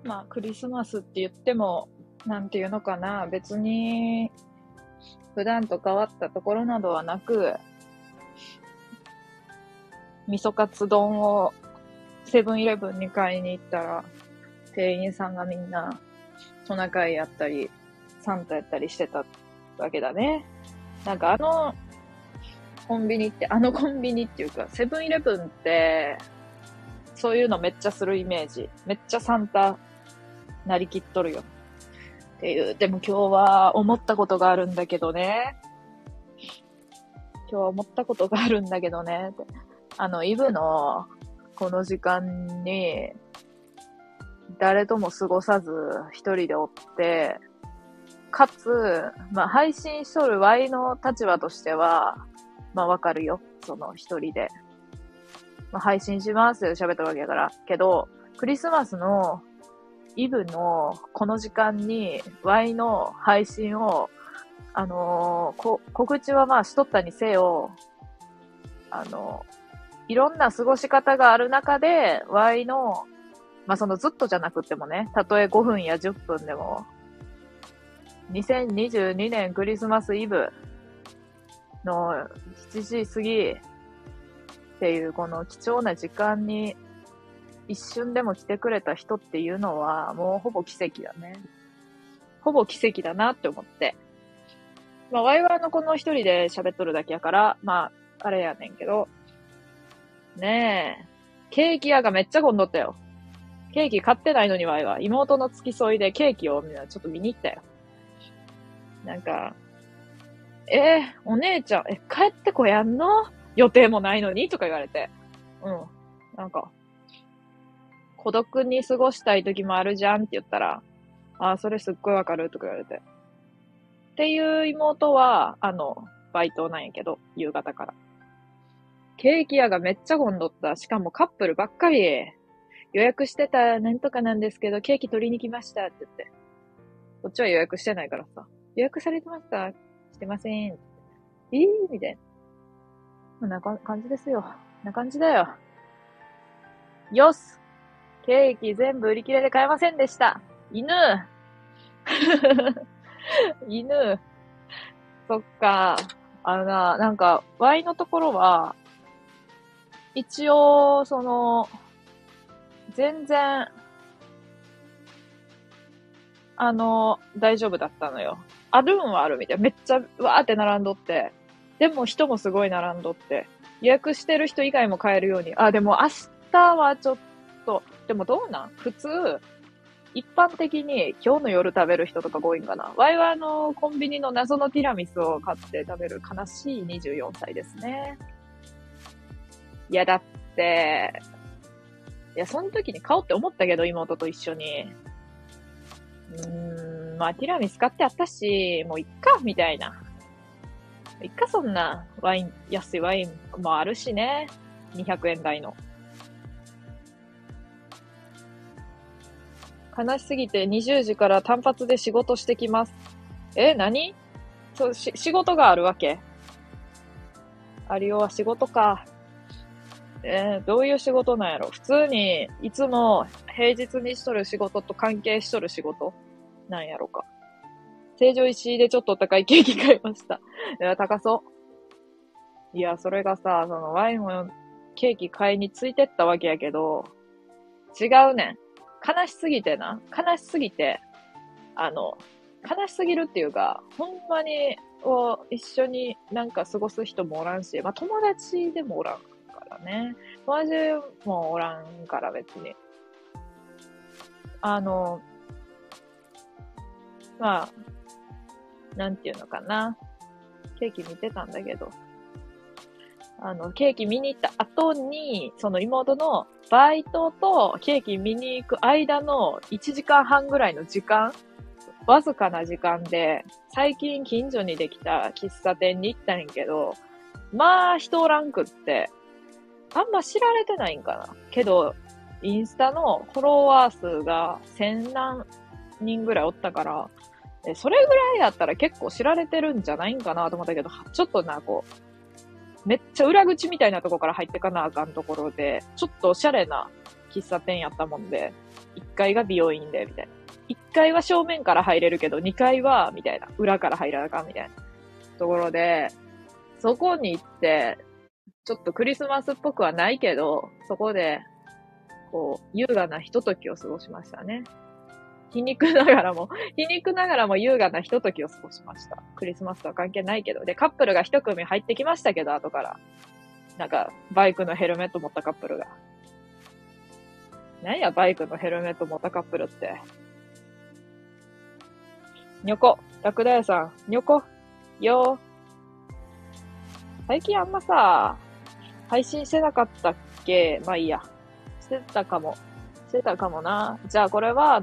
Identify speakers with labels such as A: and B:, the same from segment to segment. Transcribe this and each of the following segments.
A: まあクリスマスって言っても、なんていうのかな、別に普段と変わったところなどはなく、味噌カツ丼をセブンイレブンに買いに行ったら、店員さんがみんなトナカイやったり、サンタやったりしてたわけだね。なんかコンビニっていうか、セブンイレブンって、そういうのめっちゃするイメージ。めっちゃサンタなりきっとるよ。っていう。でも今日は思ったことがあるんだけどね。イブのこの時間に、誰とも過ごさず一人でおって、かつ、まあ配信しとる Y の立場としては、まあわかるよ。その一人で。まあ配信しますよ、喋ったわけだから。けど、クリスマスのイブのこの時間に Y の配信を、告知はまあしとったにせよ、いろんな過ごし方がある中で Y の、まあそのずっとじゃなくてもね、たとえ5分や10分でも、2022年クリスマスイブの7時過ぎっていうこの貴重な時間に一瞬でも来てくれた人っていうのはもうほぼ奇跡だね。ほぼ奇跡だなって思って。まあワイワイのこの一人で喋っとるだけやから、まああれやねんけど。ねえ。ケーキ屋がめっちゃ混んどったよ。ケーキ買ってないのにワイは妹の付き添いでケーキをちょっと見に行ったよ。なんか、お姉ちゃん、帰ってこやんの予定もないのにとか言われて。なんか、孤独に過ごしたい時もあるじゃんって言ったら、それすっごいわかるとか言われて。っていう妹は、バイトなんやけど、夕方から。ケーキ屋がめっちゃ混んどった。しかもカップルばっかり。予約してたなんとかなんですけど、ケーキ取りに来ましたって言って。こっちは予約してないからさ。予約されてますか？してません。みたいな。こんな感じですよ。こんな感じだよ。よし！ケーキ全部売り切れで買えませんでした。犬そっか。なんか、Y のところは、一応、全然、大丈夫だったのよ。あるんはあるみたいな。めっちゃ、わーって並んどって。でも人もすごい並んどって。予約してる人以外も買えるように。でも明日はちょっと、でもどうなん普通、一般的に今日の夜食べる人とか多いんかな。ワイはコンビニの謎のティラミスを買って食べる悲しい24歳ですね。いや、だって、その時に買おうって思ったけど、妹と一緒に。まあ、ティラミス買ってあったし、もういっか、みたいな。いっか、そんな、安いワインもあるしね。200円台の。悲しすぎて20時から単発で仕事してきます。何？仕事があるわけ？ありよは仕事か。どういう仕事なんやろ？普通に、いつも平日にしとる仕事と関係しとる仕事なんやろか。成城石井でちょっと高いケーキ買いました。高そう。いや、それがさ、ワインもケーキ買いについてったわけやけど、違うねん。悲しすぎて、悲しすぎるっていうか、ほんまに、一緒になんか過ごす人もおらんし、まあ友達でもおらんからね。友達もおらんから別に。まあ、なんていうのかな。ケーキ見てたんだけど、ケーキ見に行った後に、その妹のバイトとケーキ見に行く間の1時間半ぐらいの時間、わずかな時間で、最近近所にできた喫茶店に行ったんやけど、まあ人おらんくって、あんま知られてないんかな。けど、インスタのフォロワー数が1000何人ぐらいおったから、それぐらいやったら結構知られてるんじゃないんかなと思ったけど、ちょっとめっちゃ裏口みたいなとこから入ってかなあかんところで、ちょっとおしゃれな喫茶店やったもんで、 1階が美容院で、みたいな。1階は正面から入れるけど、2階は、みたいな。裏から入らなあかん、みたいな。ところで、そこに行って、ちょっとクリスマスっぽくはないけど、そこで、こう、優雅なひとときを過ごしましたね。皮肉ながらも優雅なひとときを過ごしました。クリスマスとは関係ないけど。で、カップルが一組入ってきましたけど、後から。なんか、バイクのヘルメット持ったカップルが。何や、バイクのヘルメット持ったカップルって。にょこ、ラクダ屋さん、にょこ、よー。最近あんまさ、配信してなかったっけ？まあいいや。してたかもな。じゃあこれは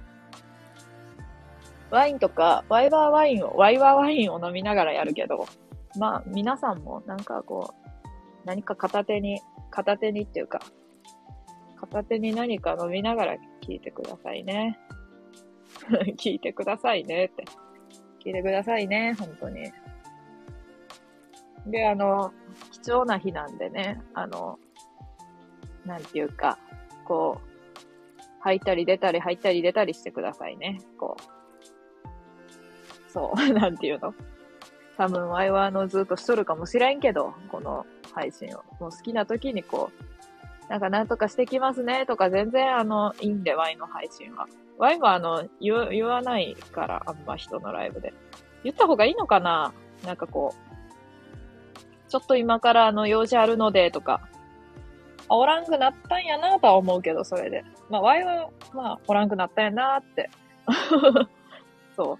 A: ワインとか、ワイワーワインを飲みながらやるけど、まあ皆さんもなんかこう、何か片手にっていうか、片手に何か飲みながら聞いてくださいね。聞いてくださいねって。聞いてくださいね、本当に。で、貴重な日なんでね、なんていうか、こう、入ったり出たりしてくださいね。こう。そう、なんていうの。多分、ワイはずっとしとるかもしれんけど、この配信を。もう好きな時にこう、なんとかしてきますねとか全然いいんで、ワイの配信は。ワイは言わないから、あんま人のライブで。言った方がいいのかな？なんかこう、ちょっと今から用事あるのでとか、おらんくなったんやなとは思うけど、それで。まあ、ワイは、まあ、おらんくなったんやなって。そう。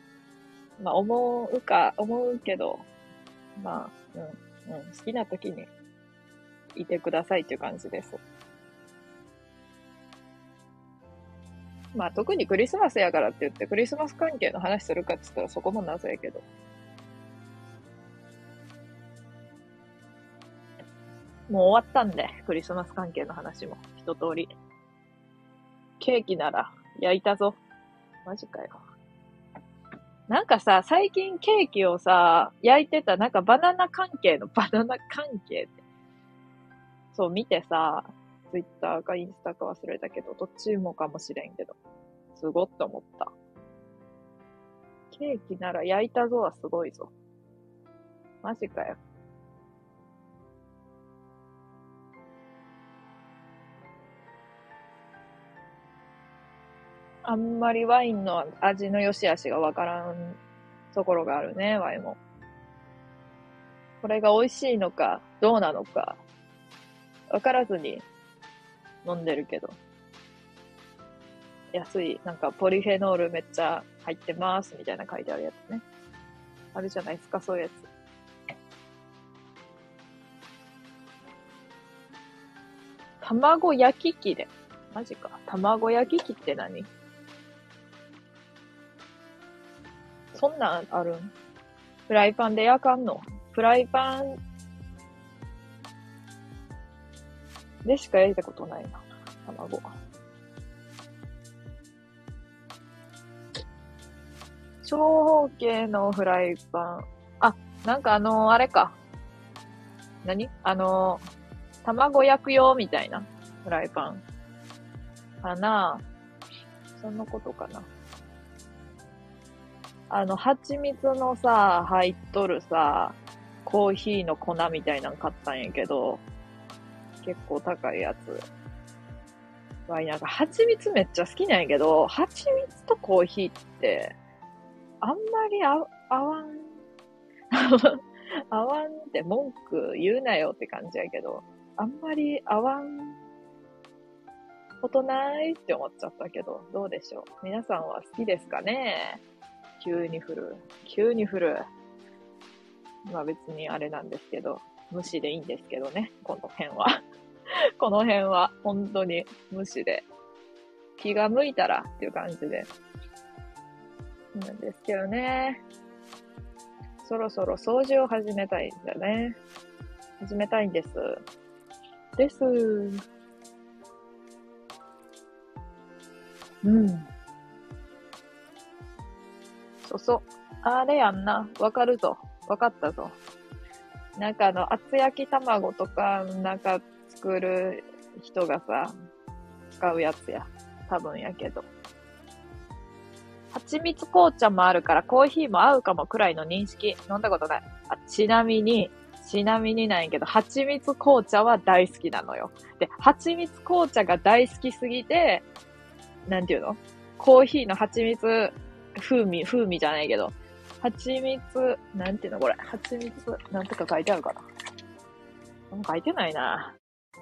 A: まあ、思うけど、まあ、好きな時にいてくださいっていう感じです。まあ、特にクリスマスやからって言って、クリスマス関係の話するかって言ったらそこも謎やけど。もう終わったんで、クリスマス関係の話も一通り。ケーキなら焼いたぞ。マジかよ。なんかさ、最近ケーキをさ、焼いてた、なんかバナナ関係って。そう見てさ、ツイッターかインスタか忘れたけど、どっちもかもしれんけど、すごっと思った。ケーキなら焼いたぞはすごいぞ。マジかよ。あんまりワインの味の良し悪しがわからんところがあるね、ワイも。これが美味しいのか、どうなのか、わからずに飲んでるけど。安い、なんかポリフェノールめっちゃ入ってますみたいな書いてあるやつね。あるじゃないですか、そういうやつ。卵焼き器で。マジか。卵焼き器って何？そんなんあるん？フライパンで焼かんの？フライパンでしか焼いたことないな。卵。長方形のフライパン。あ、なんかあれか。何？卵焼くよ、みたいな。フライパン。かな？そんなことかな。蜂蜜のさ、入っとるさ、コーヒーの粉みたいなの買ったんやけど、結構高いやつ。わい、なんか蜂蜜めっちゃ好きなんやけど、蜂蜜とコーヒーって、あんまり合わん、合わんって文句言うなよって感じやけど、あんまり合わんことないって思っちゃったけど、どうでしょう。皆さんは好きですかね？急に降る。まあ別にあれなんですけど、無視でいいんですけどね、この辺は。この辺は本当に無視で。気が向いたらっていう感じで。なんですけどね。そろそろ掃除を始めたいんだね。始めたいんです。です。うん。そう。あれやんな。わかるぞ。わかったぞ。なんか厚焼き卵とか、なんか作る人がさ、使うやつや。 多分やけど。蜂蜜紅茶もあるからコーヒーも合うかもくらいの認識。飲んだことない。ちなみになんやけど、蜂蜜紅茶は大好きなのよ。で、蜂蜜紅茶が大好きすぎて、なんていうの？コーヒーの蜂蜜風味じゃないけど、蜂蜜、なんていうのこれ。蜂蜜、なんとか書いてあるかな。書いてないな。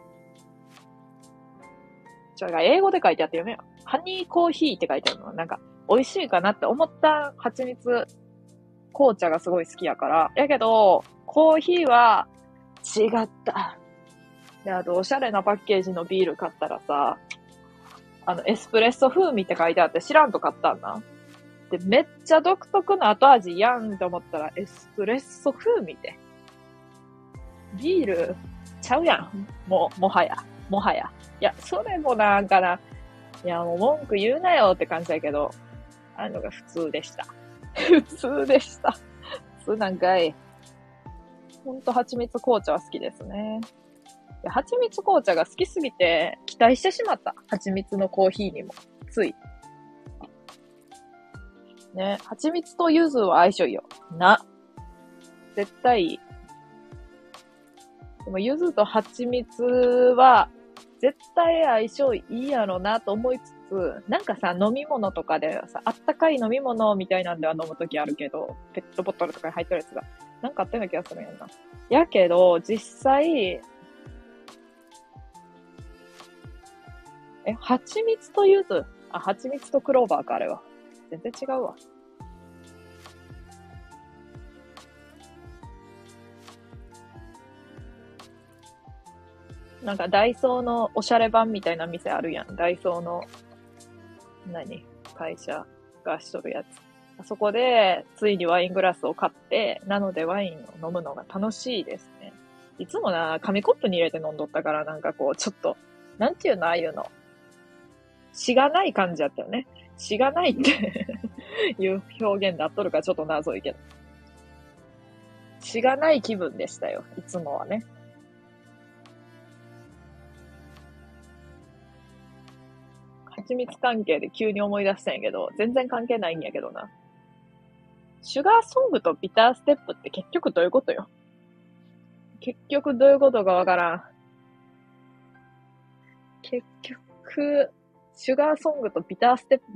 A: 英語で書いてあって読めよ。ハニーコーヒーって書いてあるの。なんか、美味しいかなって思った蜂蜜紅茶がすごい好きやから。やけど、コーヒーは違った。で、あと、おしゃれなパッケージのビール買ったらさ、エスプレッソ風味って書いてあって知らんと買ったんな。で、めっちゃ独特な後味やんって思ったら、エスプレッソ風味で。ビールちゃうやん。もはや。いや、それもなんかな。いや、もう文句言うなよって感じだけど、あのが普通でした。普通なんかい。ほんと蜂蜜紅茶は好きですね。蜂蜜紅茶が好きすぎて期待してしまった。蜂蜜のコーヒーにも。つい。ね、蜂蜜と柚子は相性いいよ。絶対いい。でも柚子と蜂蜜は絶対相性いいやろなと思いつつ、なんかさ、飲み物とかでさ、あったかい飲み物みたいなんでは飲むときあるけど、ペットボトルとかに入ってるやつが。なんかあったような気がするんやんな。やけど、実際、蜂蜜と柚子。蜂蜜とクローバーか、あれは。全然違うわ。なんかダイソーのおしゃれ版みたいな店あるやん。ダイソーの、会社がしとるやつ。あそこで、ついにワイングラスを買って、なのでワインを飲むのが楽しいですね。いつもな、紙コップに入れて飲んどったから、なんかこう、ちょっと、なんていうの、ああいうの。しがない感じだったよね。しがないっていう表現であっとるからちょっと謎いけど。しがない気分でしたよ。いつもはね。蜂蜜関係で急に思い出したんやけど、全然関係ないんやけどな。シュガーソングとビターステップって結局どういうことよ。結局どういうことかわからん。結局、シュガーソングとビターステップ、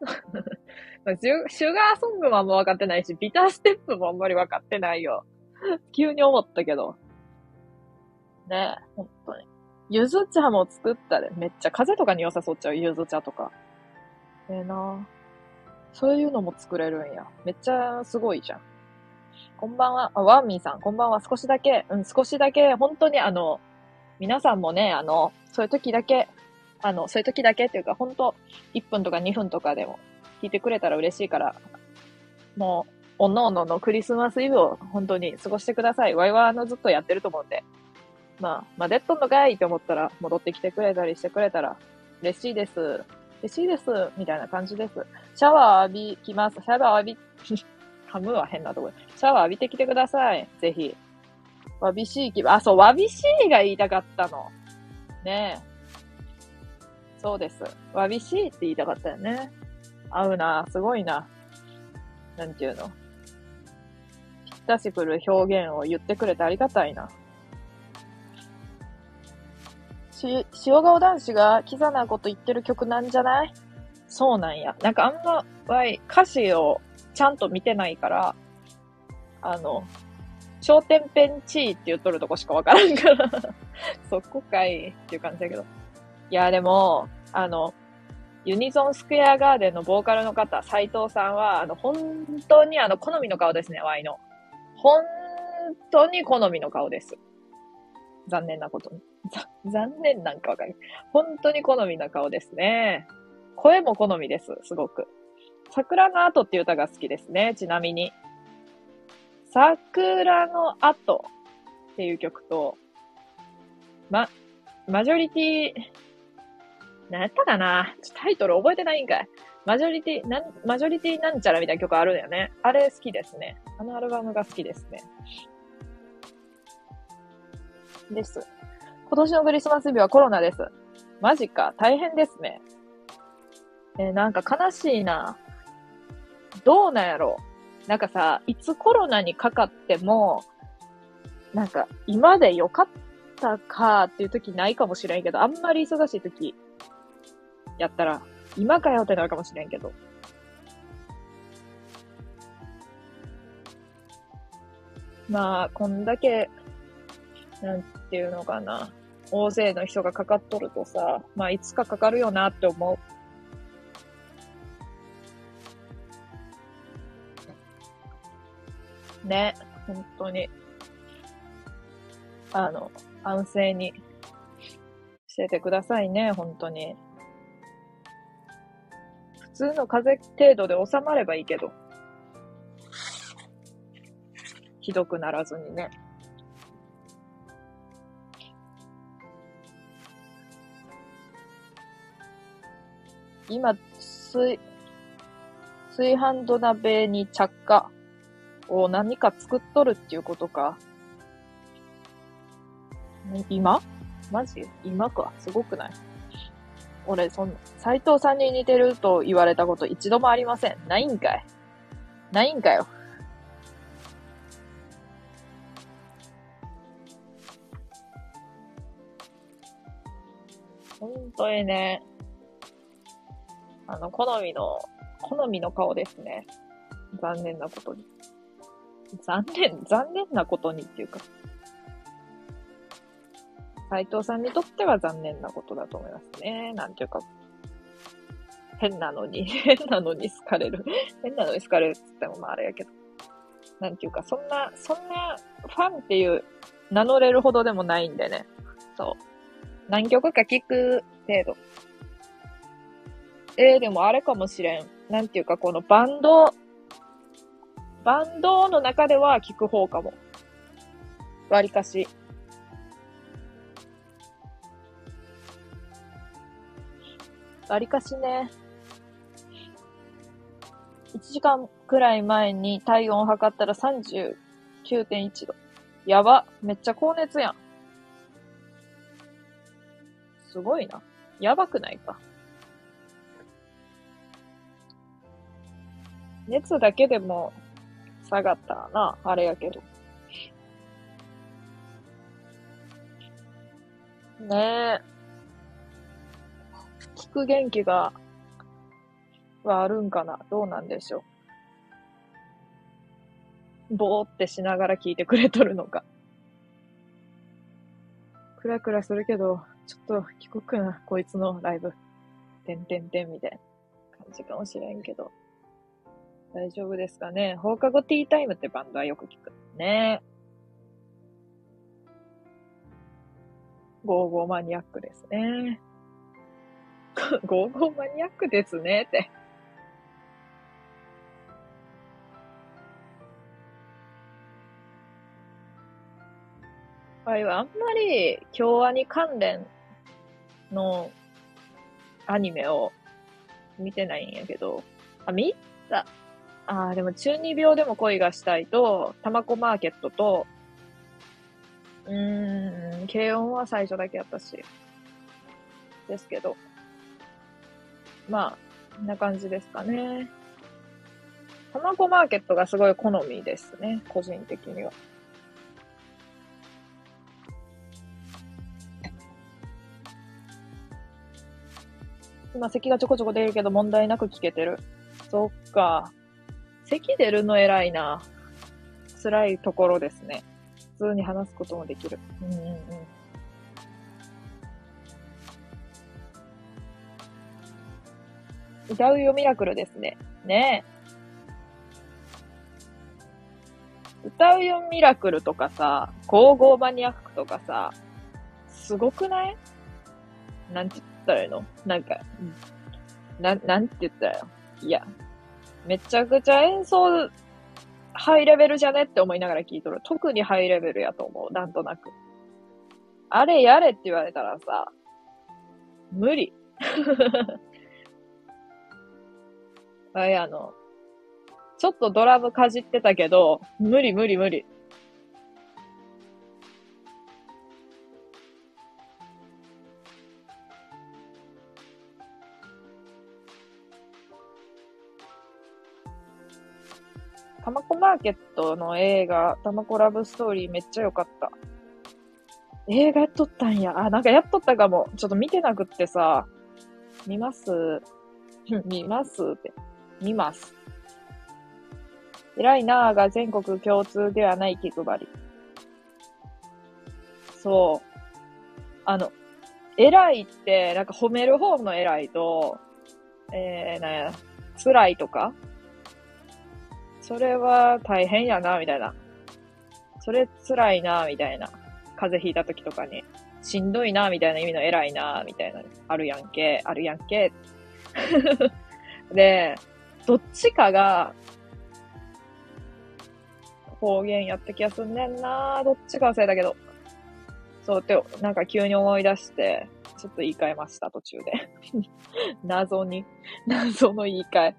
A: シュガーソングもあんま分かってないし、ビターステップもあんまり分かってないよ。急に思ったけど。ねえ、ほんとに。ゆず茶も作ったで。めっちゃ風邪とかに良さそうちゃう、ゆず茶とか。なそういうのも作れるんや。めっちゃすごいじゃん。こんばんは。ワンミーさん、こんばんは。少しだけ、少しだけ、本当に皆さんもね、そういう時だけっていうか、本当1分とか2分とかでも聞いてくれたら嬉しいから、もう、おのおののクリスマスイブを本当に過ごしてください。ワイはずっとやってると思うんで。まあ、デッドのかいって思ったら、戻ってきてくれたりしてくれたら、嬉しいです。みたいな感じです。シャワー浴びきます。噛むは変なところ。シャワー浴びてきてください。ぜひ。わびしいそう、わびしいが言いたかったの。ねえ。そうです。わびしいって言いたかったよね。合うな。すごいな。なんていうの。ぴったしくる表現を言ってくれてありがたいな。塩顔男子がキザなこと言ってる曲なんじゃない？そうなんや。なんかあんま、歌詞をちゃんと見てないから、頂点ペンチーって言っとるとこしかわからんからそこかいっていう感じだけど。いや、でも、ユニゾンスクエアガーデンのボーカルの方、斉藤さんは、本当に好みの顔ですね、ワイの。本当に好みの顔です。残念なことに。残念なんかわかんない。本当に好みな顔ですね。声も好みです、すごく。桜の後っていう歌が好きですね、ちなみに。桜の後っていう曲と、マジョリティ、何やったかな？タイトル覚えてないんかい。マジョリティなんちゃらみたいな曲あるんだよね。あれ好きですね。あのアルバムが好きですね。です。今年のクリスマス日はコロナです。マジか。大変ですね。 なんか悲しいな。どうなんやろ。なんかさ、いつコロナにかかっても、なんか今でよかったかっていう時ないかもしれんけど、あんまり忙しい時やったら、今かよってなるかもしれんけど。まあ、こんだけ、なんていうのかな。大勢の人がかかっとるとさ、まあ、いつかかかるよなって思う。ね。本当に。安静にしててくださいね、本当に。普通の風邪程度で収まればいいけど、ひどくならずにね。今、炊飯土鍋に着火を何か作っとるっていうことか。今マジ今か。すごくない？俺、斎藤さんに似てると言われたこと一度もありません。ないんかい。ないんかよ。本当にね、好みの顔ですね。残念なことに。残念なことにっていうか、斉藤さんにとっては残念なことだと思いますね。なんていうか、変なのに好かれる。変なのに好かれるって言ってもまああれやけど。なんていうか、そんなファンっていう名乗れるほどでもないんでね。そう。何曲か聴く程度。でもあれかもしれん。なんていうか、このバンドの中では聴く方かも。割かし。割かしね。1時間くらい前に体温を測ったら39.1度。やば。めっちゃ高熱やん。すごいな。やばくないか。熱だけでも下がったらな。あれやけど。ねえ。聞く元気はあるんかな。どうなんでしょう。ぼーってしながら聞いてくれとるのか。クラクラするけど、ちょっと聞こっかな。こいつのライブ。てんてんてんみたいな感じかもしれんけど。大丈夫ですかね。放課後ティータイムってバンドはよく聞く。ね。ゴーゴーマニアックですね。ゴーゴーマニアックですねって。あんまり京アニ関連のアニメを見てないんやけど。見た。でも中二病でも恋がしたいと、タマコマーケットと、軽音は最初だけやったし。ですけど。まあ、こんな感じですかね。タマコマーケットがすごい好みですね。個人的には。今、咳がちょこちょこ出るけど問題なく聞けてる。そっか。咳出るの偉いな。辛いところですね。普通に話すこともできる。うんうんうん。歌うよミラクルですね。ねえ。歌うよミラクルとかさ、ゴーゴーマニアックとかさ、すごくない？なんて言ったらいいの？なんか、なんて言ったらいいの？いや、めちゃくちゃ演奏ハイレベルじゃねって思いながら聞いとる。特にハイレベルやと思う。なんとなく。あれやれって言われたらさ、無理。ちょっとドラムかじってたけど、無理無理無理。 タマコマーケットの映画、タマコラブストーリーめっちゃ良かった。映画やっとったんや。あ、なんかやっとったかも。ちょっと見てなくってさ。見ます。見ますって。見ます。偉いなぁが全国共通ではない気配り。そう。偉いって、なんか褒める方の偉いと、なんや、辛いとかそれは大変やな、みたいな。それ辛いな、みたいな。風邪ひいた時とかに。しんどいな、みたいな意味の偉いな、みたいな。あるやんけ、あるやんけ。で、どっちかが方言やった気がすんねんな。どっちか忘れたけど。そうって、なんか急に思い出して、ちょっと言い換えました、途中で。謎の言い換え。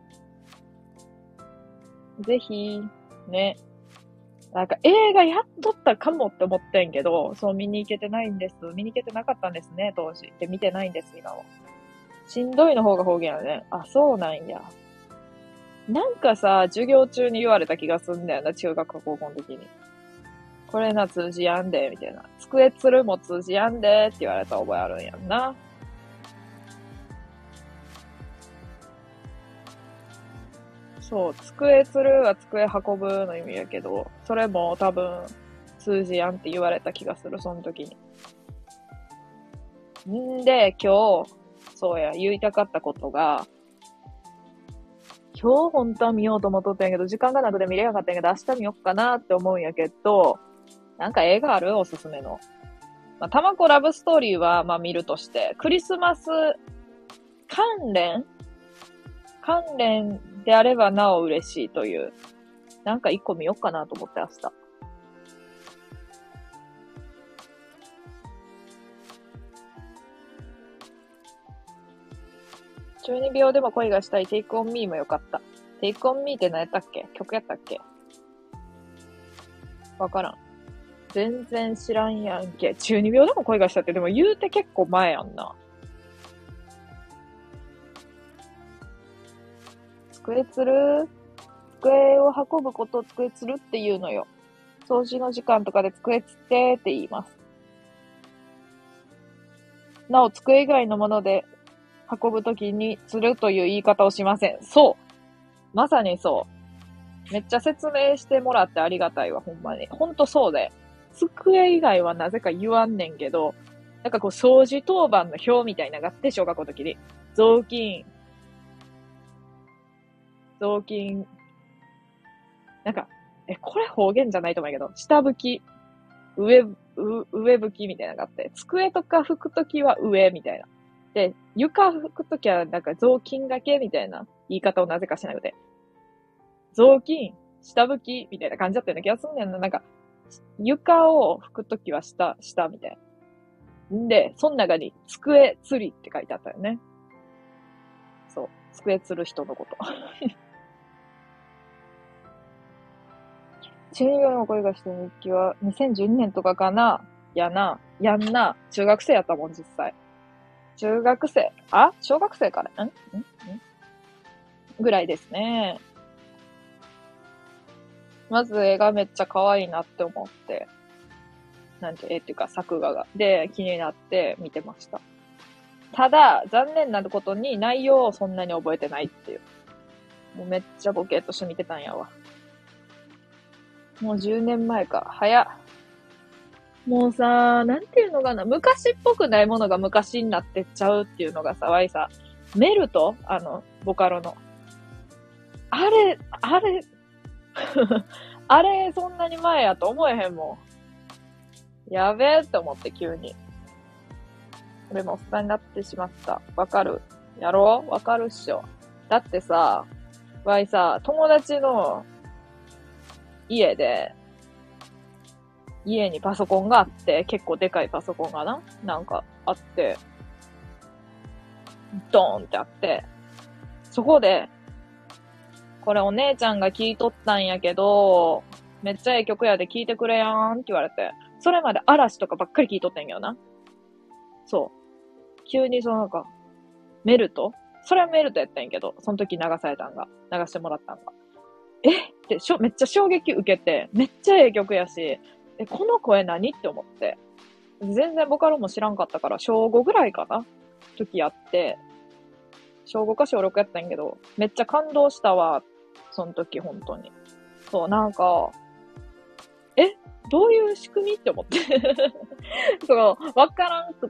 A: ぜひ、ね。なんか映画やっとったかもって思ってんけど、そう見に行けてないんです。見に行けてなかったんですね、当時。で、見てないんです、今も。しんどいの方が方言やね。あ、そうなんや。なんかさ、授業中に言われた気がすんだよな、中学か高校の時に。これな、通じやんで、みたいな。机つるも通じやんで、って言われた覚えあるんやんな。そう、机つるは机運ぶの意味やけど、それも多分、通じやんって言われた気がする、その時に。んで、今日、そうや、言いたかったことが、今日本当は見ようと思っとったんやけど、時間がなくて見れなかったんやけど、明日見よっかなって思うんやけど、なんか映画あるおすすめの。まあ、タマコラブストーリーは、まあ見るとして、クリスマス関連であればなお嬉しいという。なんか一個見よっかなと思って明日。12秒でも恋がしたい Take on Me もよかった。Take on Me って何やったっけ？曲やったっけ？わからん。全然知らんやんけ。12秒でも恋がしたってでも言うて結構前やんな。机つる？机を運ぶことを机つるって言うのよ。掃除の時間とかで机つってって言います。なお、机以外のもので運ぶときにつるという言い方をしません。そう。まさにそう。めっちゃ説明してもらってありがたいわ、ほんまに。ほんとそうで。机以外はなぜか言わんねんけど、なんかこう掃除当番の表みたいなのがあって、小学校の時に。雑巾、雑巾、なんか、これ方言じゃないと思うけど、下拭き、上拭きみたいなのがあって、机とか拭くときは上みたいな。で、床拭くときはなんか雑巾がけみたいな言い方をなぜかしなくて、雑巾、下拭きみたいな感じだったような気がするんだよな。なんか、床を拭くときは下みたいな。んで、その中に机釣りって書いてあったよね。そう。机釣る人のこと。中二病の声がしてる日記は2012年とかかな。やんな。中学生やったもん、実際。中学生。小学生からぐらいですね。まず絵がめっちゃ可愛いなって思って。なんて、っていうか作画が。で、気になって見てました。ただ、残念なことに内容をそんなに覚えてないっていう。もうめっちゃボケーっとして見てたんやわ。もう10年前か。早っ。もうさ、なんていうのかな。昔っぽくないものが昔になってっちゃうっていうのがさ、わいさ、メルトボカロの。あれ、あれ、そんなに前やと思えへんもん。やべえって思って急に。俺もおっさんになってしまった。わかる。やろうわかるっしょ。だってさ、わいさ、友達の家で、家にパソコンがあって、結構でかいパソコンがなんかあって、ドーンってあって、そこで、これお姉ちゃんが聴いとったんやけど、めっちゃええ曲やで聴いてくれやんって言われて、それまで嵐とかばっかり聴いとったんやけどな。そう。急になんか、メルトそれはメルトやったんやけど、その時流されたんが、流してもらったんが。 ってめっちゃ衝撃受けて、めっちゃええ曲やし、この声何って思って。全然ボカロも知らんかったから、小5ぐらいかな時やって、小5か小6やったんやけど、めっちゃ感動したわ、その時、本当に。そう、なんか、どういう仕組みって思って。そう、わからんくって、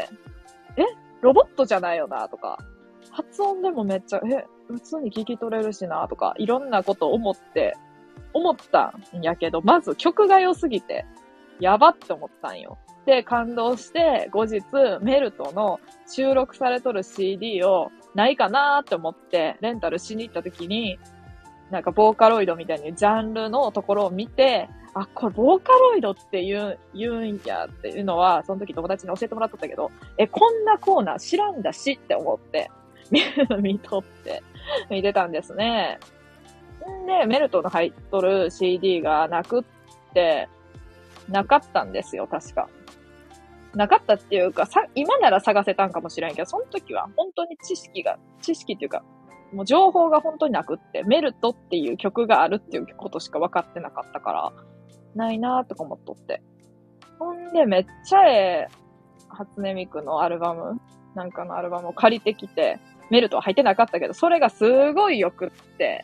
A: ロボットじゃないよな、とか、発音でもめっちゃ、普通に聞き取れるしな、とか、いろんなこと思ったんやけど、まず曲が良すぎて、やばって思ったんよ。で、感動して、後日、メルトの収録されとる CD をないかなーって思って、レンタルしに行った時に、なんかボーカロイドみたいにジャンルのところを見て、あ、これボーカロイドって言うんやっていうのは、その時友達に教えてもらっとったけど、こんなコーナー知らんだしって思って、見とって、見てたんですね。んで、メルトの入っとる CD がなくって、なかったんですよ、確か。なかったっていうか、今なら探せたんかもしれんけど、その時は本当に知識っていうか、もう情報が本当になくって、メルトっていう曲があるっていうことしか分かってなかったから、ないなーとか思っとって。ほんで、めっちゃ初音ミクのアルバム、なんかのアルバムを借りてきて、メルトは入ってなかったけど、それがすごい良くって、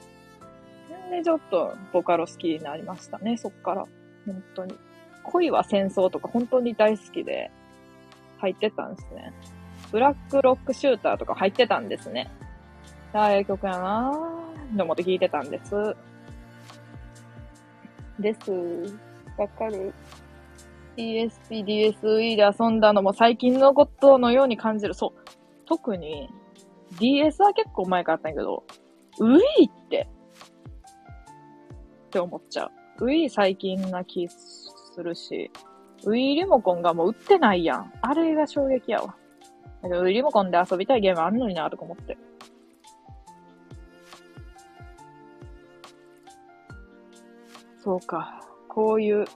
A: んで、ちょっとボカロ好きになりましたね、そっから。本当に。恋は戦争とか本当に大好きで、入ってたんですね。ブラックロックシューターとか入ってたんですね。ええ曲やなぁ。と思って聞いてたんです。です。わかる。PSP、DSE で遊んだのも最近のことのように感じる。そう。特に DS は結構前からあったんやけど、Wii って思っちゃう。Wii 最近な気するし、Wii リモコンがもう売ってないやん。あれが衝撃やわ。だけど Wii リモコンで遊びたいゲームあんのになとか思って。そうか。こういう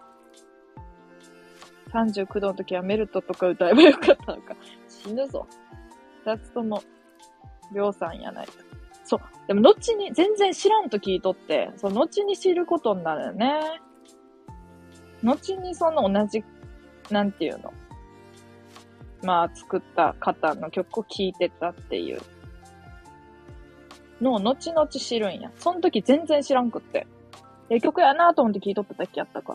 A: 39度の時はメルトとか歌えばよかったのか。死ぬぞ。二つとも、りょうさんやないと。そう。でも、後に、全然知らんと聞いとって、そう、後に知ることになるよね。後にその同じ、なんていうの。まあ、作った方の曲を聴いてたっていうのを後々知るんや。その時全然知らんくって。曲やなと思って聞いとった時やったから。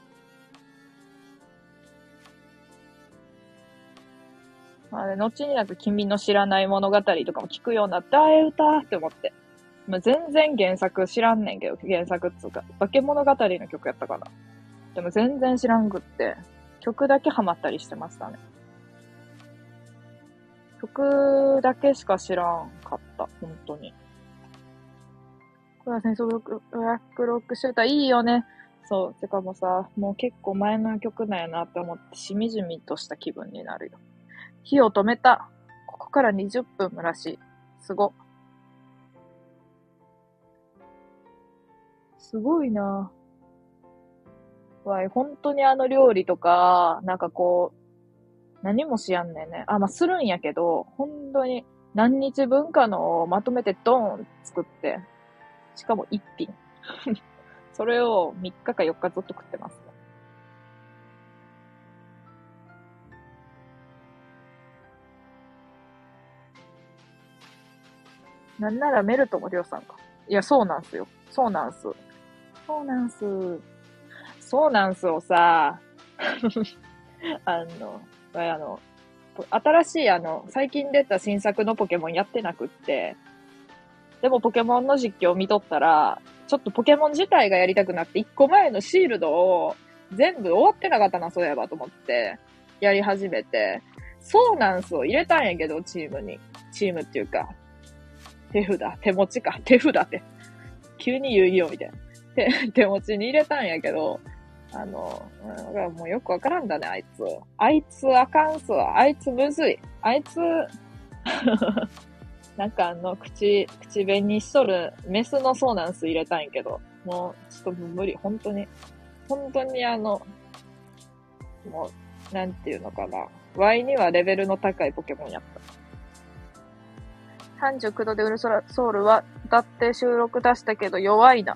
A: まあ、後になんか君の知らない物語とかも聞くようになって、歌って思って。まあ、全然原作知らんねんけど、原作っつうか、化け物語の曲やったかな。でも全然知らんくって、曲だけハマったりしてましたね。曲だけしか知らんかった、本当に。これは戦争ブラックロックシューターいいよね。そう。てかもさ、もう結構前の曲なんやなって思って、しみじみとした気分になるよ。火を止めた。ここから20分らしい。すご。すごいな。わい、本当にあの料理とか、なんかこう、何もしやんねんね。まあ、するんやけど、本当に何日分かのをまとめてドーン作って、しかも一品。それを3日か4日ずっと食ってますね。なんならメルトもりょうさんか。いや、そうなんすよ。そうなんす。そうなんす。そうなんすをさ、あの、あの、新しい最近出た新作のポケモンやってなくって、でもポケモンの実況見とったら、ちょっとポケモン自体がやりたくなって、1個前のシールドを全部終わってなかったな、そういえばと思って、やり始めて、そうなんすを入れたんやけど、チームに。チームっていうか、手持ちか、手札って。急に遊戯王みたいな。手持ちに入れたんやけど、もうよくわからんだね、あいつ。あいつあかんすわ。あいつむずい。あいつ、なんか口紅にしとるメスのソーナンス入れたんやけど、もう、ちょっと無理。本当にもう、なんていうのかな。Y にはレベルの高いポケモンやった。39度でウルソラソウルは歌って収録出したけど弱いな。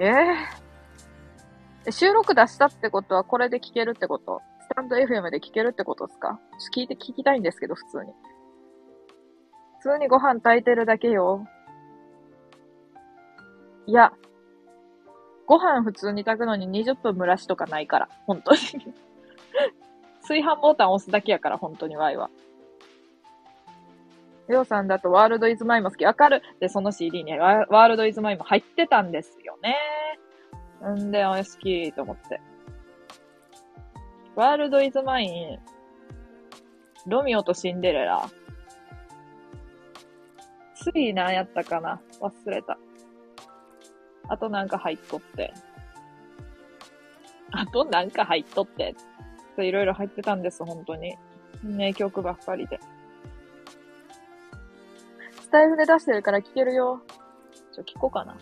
A: 収録出したってことはこれで聞けるってこと？スタンド FM で聞けるってことですか？聞きたいんですけど、普通に。普通にご飯炊いてるだけよ。いや、ご飯普通に炊くのに20分蒸らしとかないから、本当に。炊飯ボタン押すだけやから、本当にワイは。りょうさんだとワールドイズマイも好き。わかる。で、その CD にワールドイズマイも入ってたんですよね。んで、好きと思って。ワールドイズマイン、ロミオとシンデレラ。つい何やったかな忘れた。あとなんか入っとって。いろいろ入ってたんです、本当に。名曲ばっかりで。スタイフで出してるから聞けるよ。聞こうかな。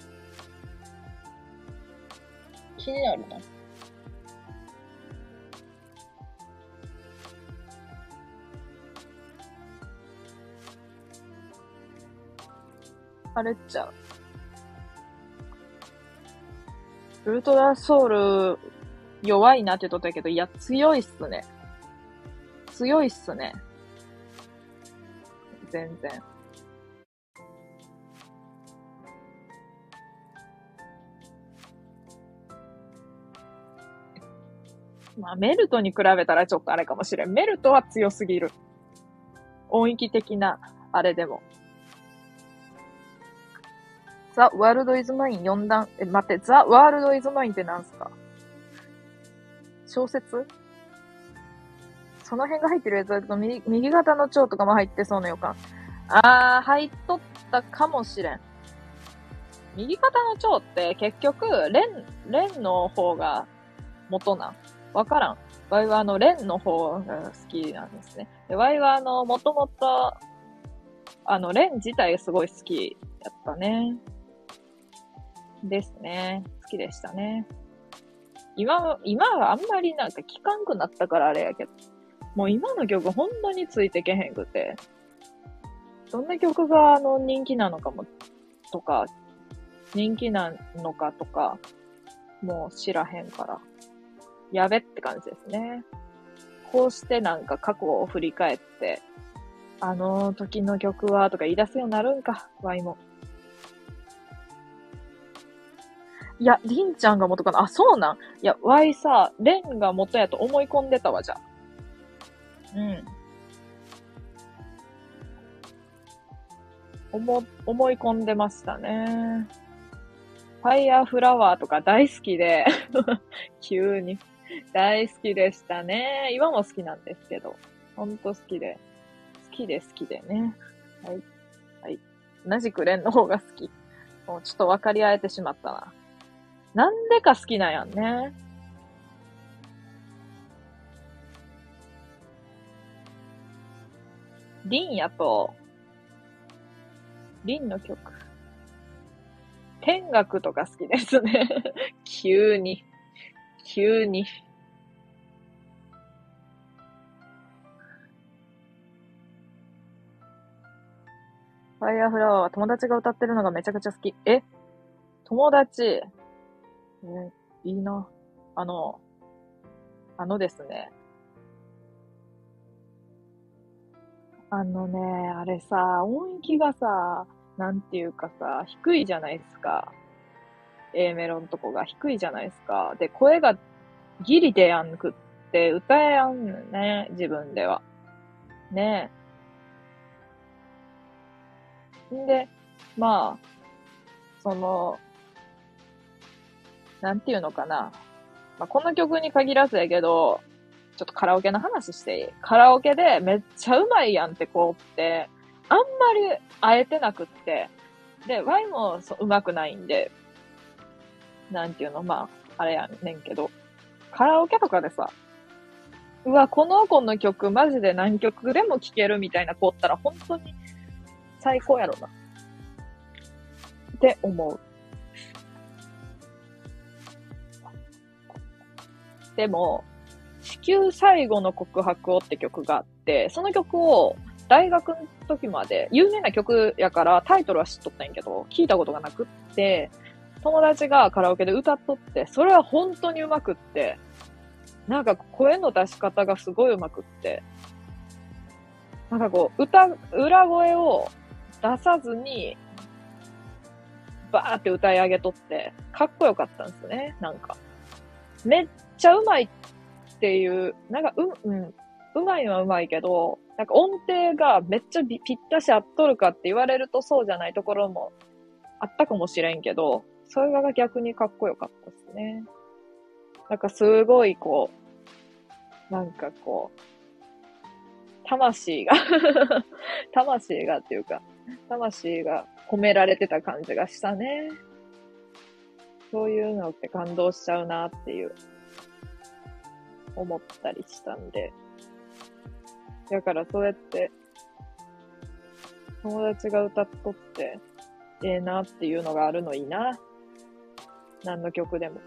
A: 気になるな。あれっちゃう。ウルトラソウル弱いなって言っとったけど、いや、強いっすね。強いっすね。全然。まあ、メルトに比べたらちょっとあれかもしれん。メルトは強すぎる。音域的な、あれでも。ザ・ワールド・イズ・マイン4段。待って、ザ・ワールド・イズ・マインってなんすか？小説？その辺が入ってるやつだと右肩の蝶とかも入ってそうな予感。入っとったかもしれん。右肩の蝶って結局、レンの方が元なん？わからん。ワイはレンの方が好きなんですね。で、ワイはもともと、レン自体すごい好きやったね。ですね。好きでしたね。今はあんまりなんか聞かんくなったからあれやけど。もう今の曲本当についてけへんくて。どんな曲が人気なのかも、とか、人気なのかとか、もう知らへんから。やべって感じですね。こうしてなんか過去を振り返って、あの時の曲はとか言い出すようになるんか、ワイも。いや、リンちゃんが元かな。あ、そうなん？いや、ワイさ、レンが元やと思い込んでたわ、じゃあ。うん。思い込んでましたね。ファイヤーフラワーとか大好きで、急に。大好きでしたね。今も好きなんですけど。ほんと好きでね。はい。はい。同じくレンの方が好き。もうちょっと分かり合えてしまったな。なんでか好きなんやんね。リンやと、リンの曲。天楽とか好きですね。急に。ファイヤーフラワーは友達が歌ってるのがめちゃくちゃ好き。友達。いいな。ですね。あれさ、音域がさ、なんていうかさ、低いじゃないですか。A メロのとこが低いじゃないですか。で、声がギリ出やんくって歌えやんのね、自分では。ねえ。んで、まあ、なんていうのかな。まあ、この曲に限らずやけど、ちょっとカラオケの話していい？カラオケでめっちゃうまいやんって子って、あんまり会えてなくって。で、ワイもうまくないんで、なんていうの、まあ、あれやねんけど、カラオケとかでさ、うわ、この子の曲マジで何曲でも聴けるみたいな子おったら本当に最高やろな。って思う。でも、地球最後の告白をって曲があって、その曲を大学の時まで有名な曲やからタイトルは知っとったんやけど、聞いたことがなくって、友達がカラオケで歌っとって、それは本当に上手くって、なんか声の出し方がすごい上手くって、なんかこう、裏声を出さずに、バーって歌い上げとって、かっこよかったんですね、なんか。めっちゃ上手いっていう、なんか、上手いのは上手いけど、なんか音程がめっちゃぴったし合っとるかって言われるとそうじゃないところもあったかもしれんけど、それが逆にかっこよかったですね。なんかすごいこう、なんかこう、魂が魂がっていうか、魂が込められてた感じがしたね。そういうのって感動しちゃうなっていう、思ったりしたんで。だからそうやって、友達が歌っとって、ええなっていうのがあるのいいな。何の曲でも。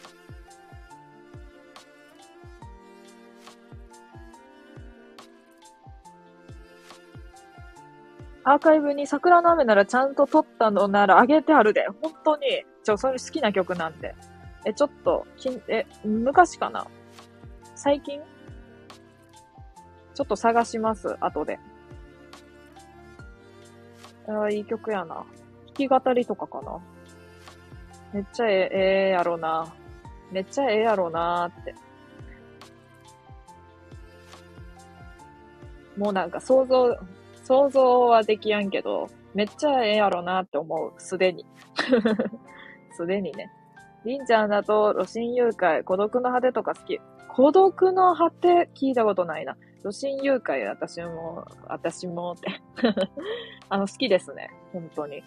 A: アーカイブに桜の雨ならちゃんと撮ったのならあげてあるで。本当に。それ好きな曲なんで。ちょっと、昔かな？最近？ちょっと探します、後で。いい曲やな。弾き語りとかかな。めっちゃええやろな。めっちゃええやろなって。もうなんか想像はできやんけど、めっちゃええやろなって思う。すでに。すでにね。りんちゃんだと、露心誘拐、孤独の果てとか好き。孤独の果て聞いたことないな。露心誘拐、私もって好きですね。本当に。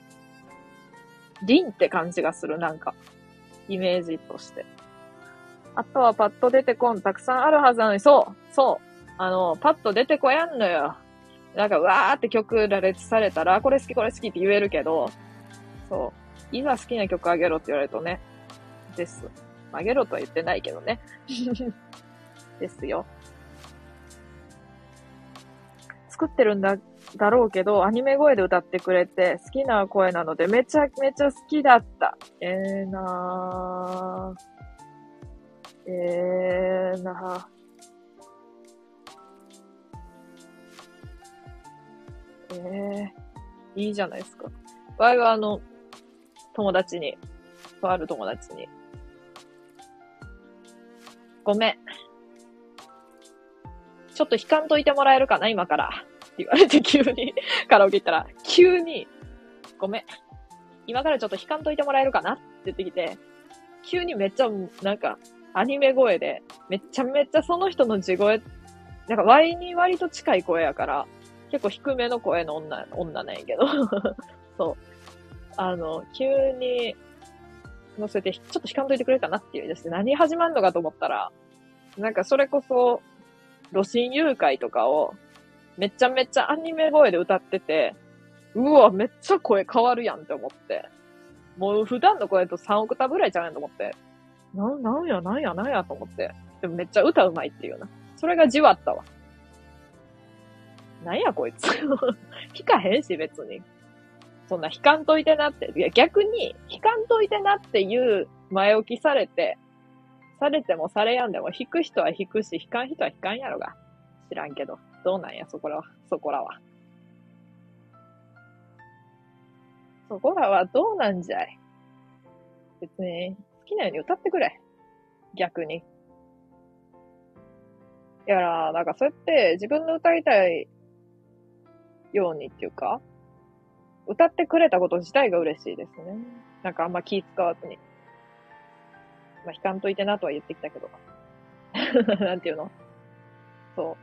A: りんって感じがする、なんか。イメージとして。あとはパッと出てこん、たくさんあるはずなのに、そう。パッと出てこやんのよ。なんか、わーって曲羅列されたら、これ好きって言えるけど、そう。今好きな曲あげろって言われるとね、です。あげろとは言ってないけどね。ですよ。作ってるんだろうけど、アニメ声で歌ってくれて、好きな声なので、めちゃめちゃ好きだった。ないいじゃないですか。場合はとある友達に、ごめん。ちょっと弾かんといてもらえるかな今から。って言われて急にカラオケ行ったら、急に、ごめん。今からちょっと弾かんといてもらえるかなって言ってきて、急にめっちゃ、なんか、アニメ声で、めちゃめちゃその人の地声、なんか割に割と近い声やから、結構低めの声の女なんやけど、そう。急に乗せて、ちょっと弾かんといてくれるかなっていうですね、何始まんのかと思ったら、なんかそれこそ、露心誘拐とかを、めちゃめちゃアニメ声で歌ってて、うわ、めっちゃ声変わるやんって思って。もう普段の声と3オクターブぐらいちゃうやんと思って。なんやと思って。でもめっちゃ歌うまいっていうな。それがじわったわ。なんやこいつ。弾かへんし別に。そんな弾かんといてなって。いや逆に、弾かんといてなっていう前置きされてもされやんでも弾く人は弾くし、弾かん人は弾かんやろが。知らんけど。どうなんや、そこらは。そこらはどうなんじゃい。別に、好きなように歌ってくれ。逆に。いやら、なんかそうやって自分の歌いたいようにっていうか、歌ってくれたこと自体が嬉しいですね。なんかあんま気使わずに。まあ、弾かんといてなとは言ってきたけど。なんていうの？そう。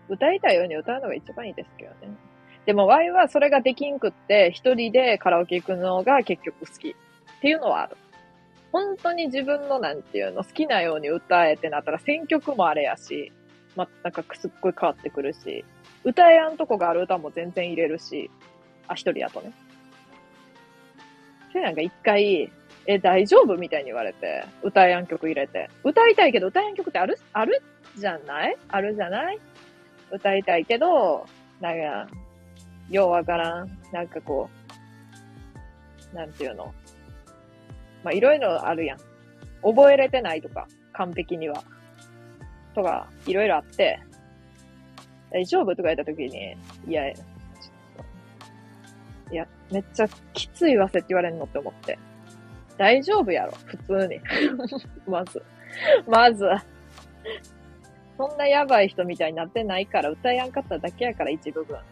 A: 歌いたいように歌うのが一番いいですけどね。でも、ワイはそれができんくって、一人でカラオケ行くのが結局好き。っていうのはある。本当に自分のなんていうの、好きなように歌えってなったら選曲もあれやし、なんかすっごい変わってくるし、歌えやんとこがある歌も全然入れるし、一人やとね。それなんか一回、大丈夫みたいに言われて、歌えやん曲入れて。歌いたいけど歌えやん曲ってあるじゃない歌いたいけど、なんか、ようわからん。なんかこう、なんていうの。まあ、いろいろあるやん。覚えれてないとか、完璧には。とか、いろいろあって、大丈夫とか言ったときに、いや、いや、めっちゃきついわせって言われんのって思って。大丈夫やろ、普通に。まず。まず。そんなやばい人みたいになってないから、歌やんかっただけやから、一部分。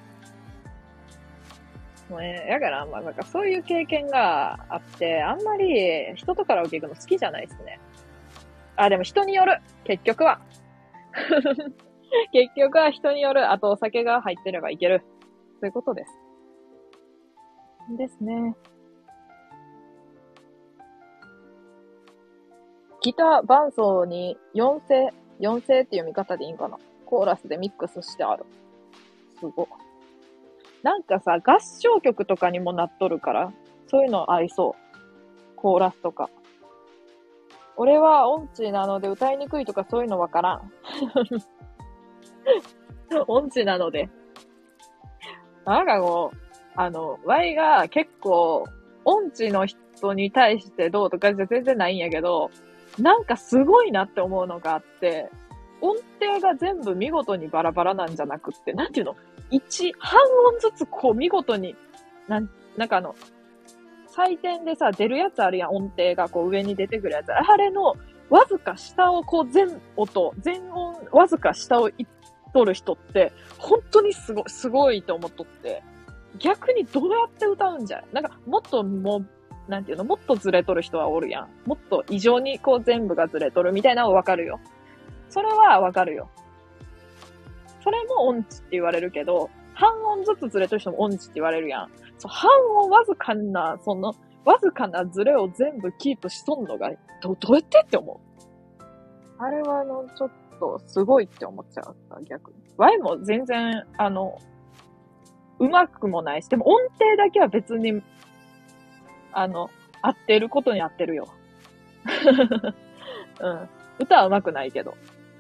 A: もうね、だから、まあ、なんかそういう経験があって、あんまり人とカラオケ行くの好きじゃないですね。あ、でも人による。結局は。結局は人による。あとお酒が入ってればいける。そういうことです。ですね。ギター伴奏に4声っていう見方でいいんかな。コーラスでミックスしてある。すご。なんかさ、合唱曲とかにもなっとるから、そういうの合いそう。コーラスとか。俺は音痴なので歌いにくいとかそういうのわからん。音痴なので。なんかこう、Y が結構、音痴の人に対してどうとかじゃ全然ないんやけど、なんかすごいなって思うのがあって、音程が全部見事にバラバラなんじゃなくって、なんていうの半音ずつこう見事に、なんか採点でさ、出るやつあるやん、音程がこう上に出てくるやつ。あれの、わずか下をこう全音、わずか下をいっとる人って、本当にすごいと思っとって。逆にどうやって歌うんじゃなんか、もっとなんていうの、もっとずれとる人はおるやん。もっと異常にこう全部がずれとるみたいなのはわかるよ。それはわかるよ。それも音痴って言われるけど、半音ずつずれとる人も音痴って言われるやん。そう、半音わずかな、わずかなずれを全部キープしとんのが、どうやってって思う。あれはちょっとすごいって思っちゃう。逆に。Y も全然、うまくもないし、でも音程だけは別に、合ってることに合ってるよ。うん。歌は上手くないけど。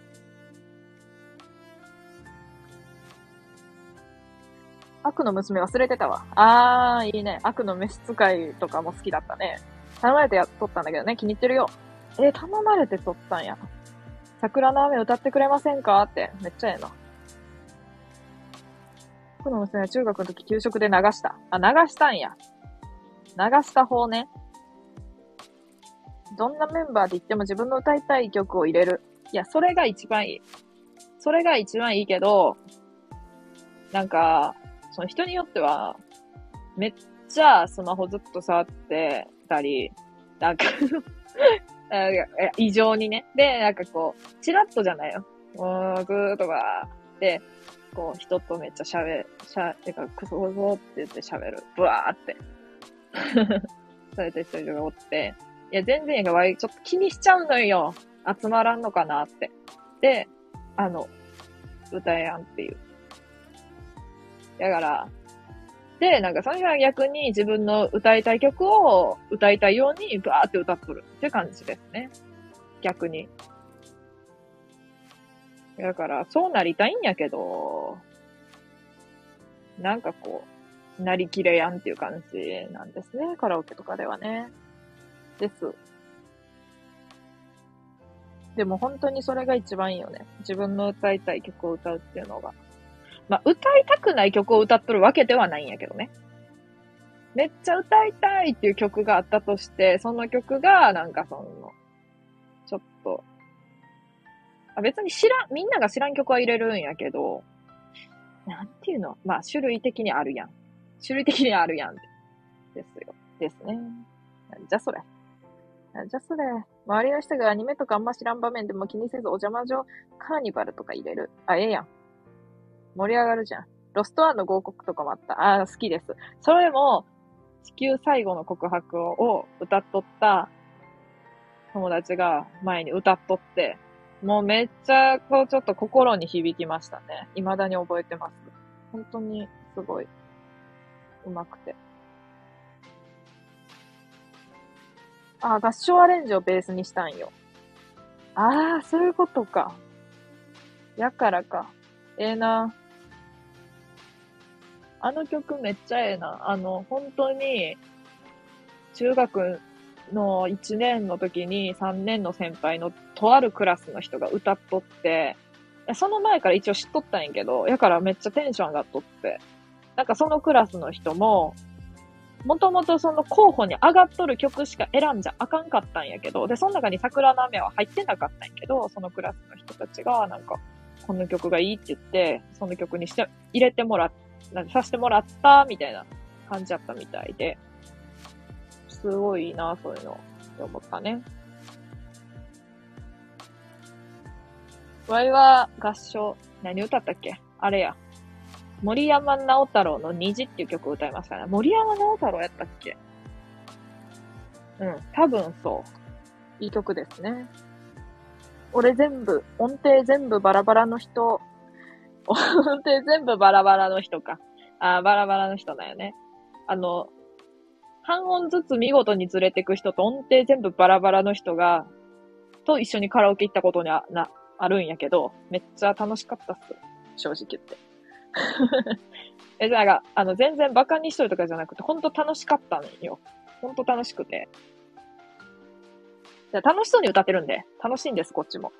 A: 悪の娘忘れてたわ。いいね。悪の召使いとかも好きだったね。頼まれて撮ったんだけどね、気に入ってるよ。頼まれて撮ったんや。桜の雨歌ってくれませんかって、めっちゃええな。悪の娘は中学の時給食で流した。流したんや。流した方ね。どんなメンバーで言っても自分の歌いたい曲を入れる。いや、それが一番いい。それが一番いいけど、なんか、その人によっては、めっちゃスマホずっと触ってたり、なんか異常にね。で、なんかこう、チラッとじゃないよ。ずーっとか、で、こう、人とめっちゃてか、クソクソって言って喋る。ブワーって。されてる人がおって、いや、全然ちょっと気にしちゃうのよ。集まらんのかなって。で、歌えやんっていう。だから、で、なんかその人は逆に自分の歌いたい曲を歌いたいようにバーって歌っとるって感じですね。逆に。だから、そうなりたいんやけど、なんかこう、なりきれやんっていう感じなんですね。カラオケとかではね。です。でも本当にそれが一番いいよね。自分の歌いたい曲を歌うっていうのが。まあ、歌いたくない曲を歌っとるわけではないんやけどね。めっちゃ歌いたいっていう曲があったとして、その曲が、なんかちょっと、別にみんなが知らん曲は入れるんやけど、なんていうのまあ、種類的にあるやん。種類的にあるやん。ですよ。ですね。なんじゃそれ。なんじゃそれ。周りの人がアニメとかあんま知らん場面でも気にせずお邪魔女カーニバルとか入れる。ええやん。盛り上がるじゃん。ロストアンの合国とかもあった。好きです。それも、地球最後の告白を歌っとった友達が前に歌っとって、もうめっちゃ、こうちょっと心に響きましたね。未だに覚えてます。本当にすごい、上手くて。合唱アレンジをベースにしたんよ。そういうことか。やからか。 ええな。あの曲めっちゃええな。本当に、中学の1年の時に3年の先輩のとあるクラスの人が歌っとって、その前から一応知っとったんやけど、やからめっちゃテンション上がっとって、なんかそのクラスの人も、もともとその候補に上がっとる曲しか選んじゃあかんかったんやけど、で、その中に桜の雨は入ってなかったんやけど、そのクラスの人たちが、なんか、この曲がいいって言って、その曲にして、入れてもらっ、させてもらった、みたいな感じだったみたいで、すごいいいな、そういうの、って思ったね。わいは合唱、何歌ったっけあれや。森山直太朗の虹っていう曲を歌いましたね。森山直太朗やったっけ？うん、多分そう。いい曲ですね。俺全部、音程全部バラバラの人、音程全部バラバラの人か。バラバラの人だよね。半音ずつ見事にずれていく人と音程全部バラバラの人が、と一緒にカラオケ行ったことにあるんやけど、めっちゃ楽しかったっす。正直言って。なんか、全然バカにしとるとかじゃなくて、ほんと楽しかったんよ。ほんと楽しくて。楽しそうに歌ってるんで、楽しいんです、こっちも。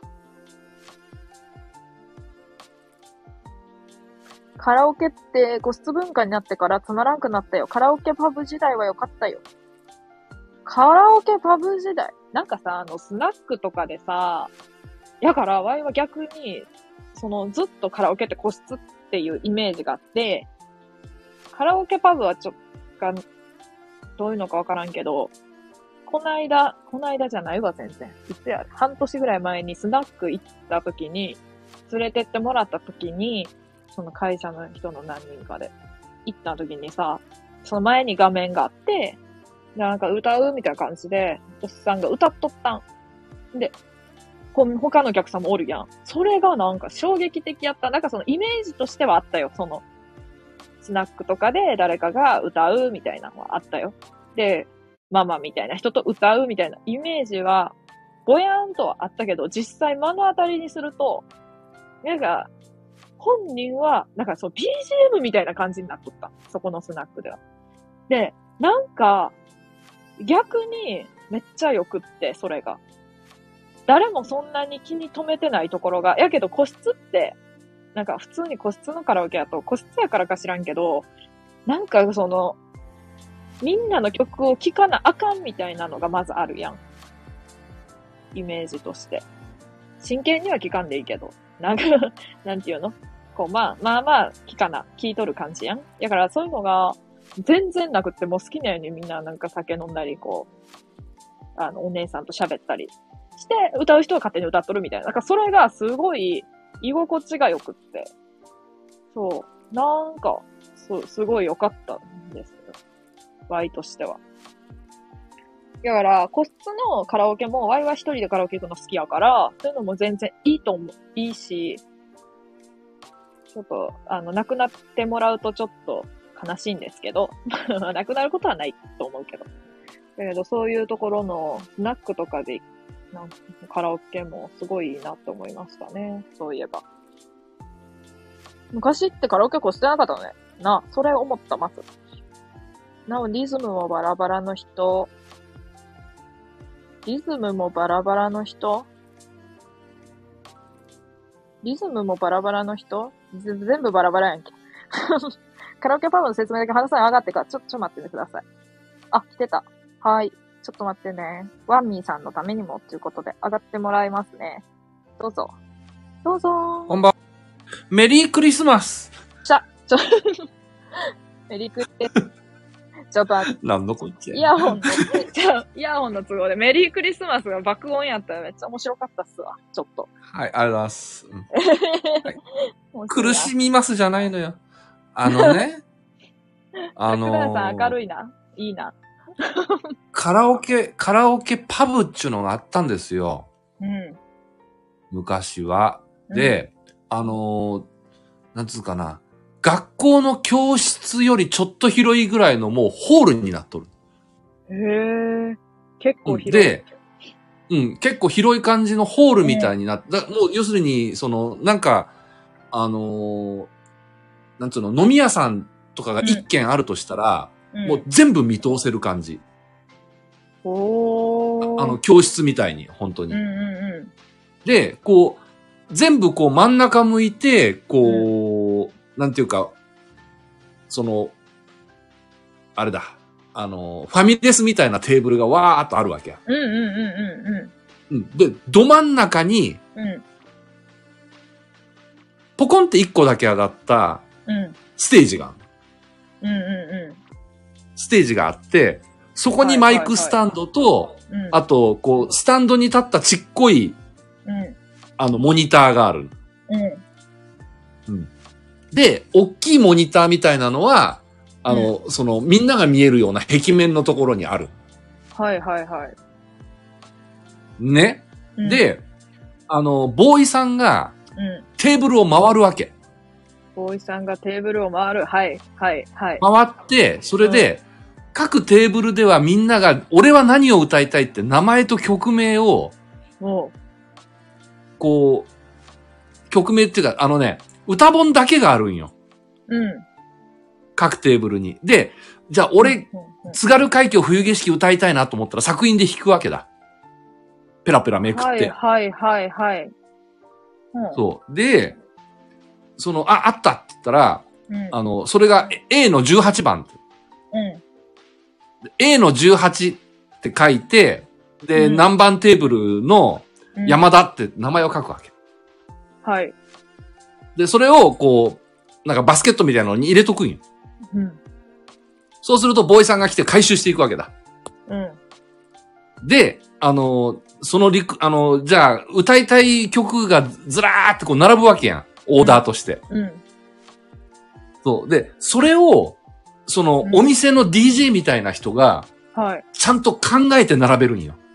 A: カラオケって個室文化になってからつまらんくなったよ。カラオケパブ時代は良かったよ。カラオケパブ時代なんかさ、スナックとかでさ、やから、ワイは逆に、ずっとカラオケって個室っていうイメージがあって、カラオケパブはどういうのかわからんけど、こないだじゃないわ、全然。いつや、半年ぐらい前にスナック行った時に、連れてってもらった時に、その会社の人の何人かで行った時にさ、その前に画面があって、なんか歌うみたいな感じで、おっさんが歌っとったん。で、他のお客さんもおるやん。それがなんか衝撃的やった。なんかそのイメージとしてはあったよ。スナックとかで誰かが歌うみたいなのはあったよ。で、ママみたいな人と歌うみたいなイメージは、ぼやーんとはあったけど、実際目の当たりにすると、なんか、本人は、なんかそう BGM みたいな感じになっとった。そこのスナックでは。で、なんか、逆にめっちゃ良くって、それが。誰もそんなに気に留めてないところが、やけど個室って、なんか普通に個室のカラオケだと、個室やからか知らんけど、なんかみんなの曲を聴かなあかんみたいなのがまずあるやん。イメージとして。真剣には聴かんでいいけど。なんか、なんていうのまあ、聴いとる感じやん。だからそういうのが、全然なくってもう好きなようにみんななんか酒飲んだり、お姉さんと喋ったりして、歌う人は勝手に歌っとるみたいな。なんかそれがすごい居心地が良くって。そう。なんか、すごい良かったんですよ。ワイとしては。だから、個室のカラオケも、ワイは一人でカラオケ行くの好きやから、そういうのも全然いいと思う。いいし、ちょっと、亡くなってもらうとちょっと悲しいんですけど、亡くなることはないと思うけど。だけど、そういうところのスナックとかで、カラオケもすごいいいなと思いましたね。そういえば。昔ってカラオケ個室なかったのね。それ思った、まず。なお、リズムもバラバラの人。リズムもバラバラの人リズムもバラバラの人全部バラバラやんけ。カラオケパブの説明だけ話さない上がってから、ちょっと待っててください。あ、来てた。はい。ちょっと待ってね。ワンミーさんのためにもということで上がってもらいますね。どうぞ。どうぞ。
B: こんばんは。メリークリスマス。
A: メリークリスマス。ちょっと待って。
B: なんのこっちゃ。
A: イヤホンの都合でメリークリスマスが爆音やったらめっちゃ面白かったっすわ。ちょっと。
B: はい、ありがとうございます。はい、苦しみますじゃないのよ。ね。
A: 桜さん明るいな。いいな。
B: カラオケパブっちゅうのがあったんですよ。
A: うん。
B: 昔は。で、なんつうかな。学校の教室よりちょっと広いぐらいのもうホールになっとる。
A: へえ。結構広い。
B: で、結構広い感じのホールみたいになって、もう要するに、なんか、 なんつうの、飲み屋さんとかが一軒あるとしたら、もう全部見通せる感じ。教室みたいに、本当に。で、こう、全部こう真ん中向いて、こう、なんていうか、あれだ、ファミレスみたいなテーブルがわーっとあるわけや。で、ど真ん中に、ポコンって一個だけ上がった、ステージがある。ステージがあって、そこにマイクスタンドと、あと、こう、スタンドに立ったちっこい、モニターがある。で、大きいモニターみたいなのは、みんなが見えるような壁面のところにある。
A: はいはいはい。
B: ね。で、ボーイさんが、テーブルを回るわけ。
A: ボーイさんがテーブルを回る。はい、はい、はい。
B: 回って、それで、各テーブルではみんなが、俺は何を歌いたいって名前と曲名を、こう、曲名っていうか、歌本だけがあるんよ。各テーブルに。で、じゃあ俺、津軽海峡冬景色歌いたいなと思ったら作品で弾くわけだ。ペラペラめくって。
A: はい、はい、はい。
B: そう。で、あったって言ったら、それが A の18番。A の18って書いて、で、何番テーブルの山田って名前を書くわけ。
A: はい。
B: で、それをこう、なんかバスケットみたいなのに入れとくんよ。そうするとボーイさんが来て回収していくわけだ。で、じゃあ、歌いたい曲がずらーってこう並ぶわけやん。オーダーとして。そう。で、それを、お店の DJ みたいな人が、ちゃんと考えて並べるんよ。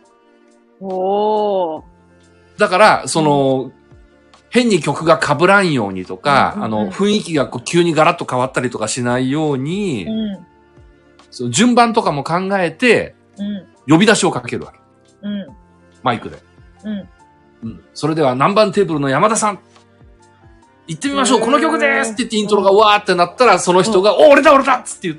B: だから、変に曲が被らんようにとか、雰囲気がこう急にガラッと変わったりとかしないように、順番とかも考えて、呼び出しをかけるわけ。マイクで。それでは何番テーブルの山田さん、行ってみましょう、この曲ですって言ってイントロがわーってなったら、その人が、お、俺だ俺だっつって言って、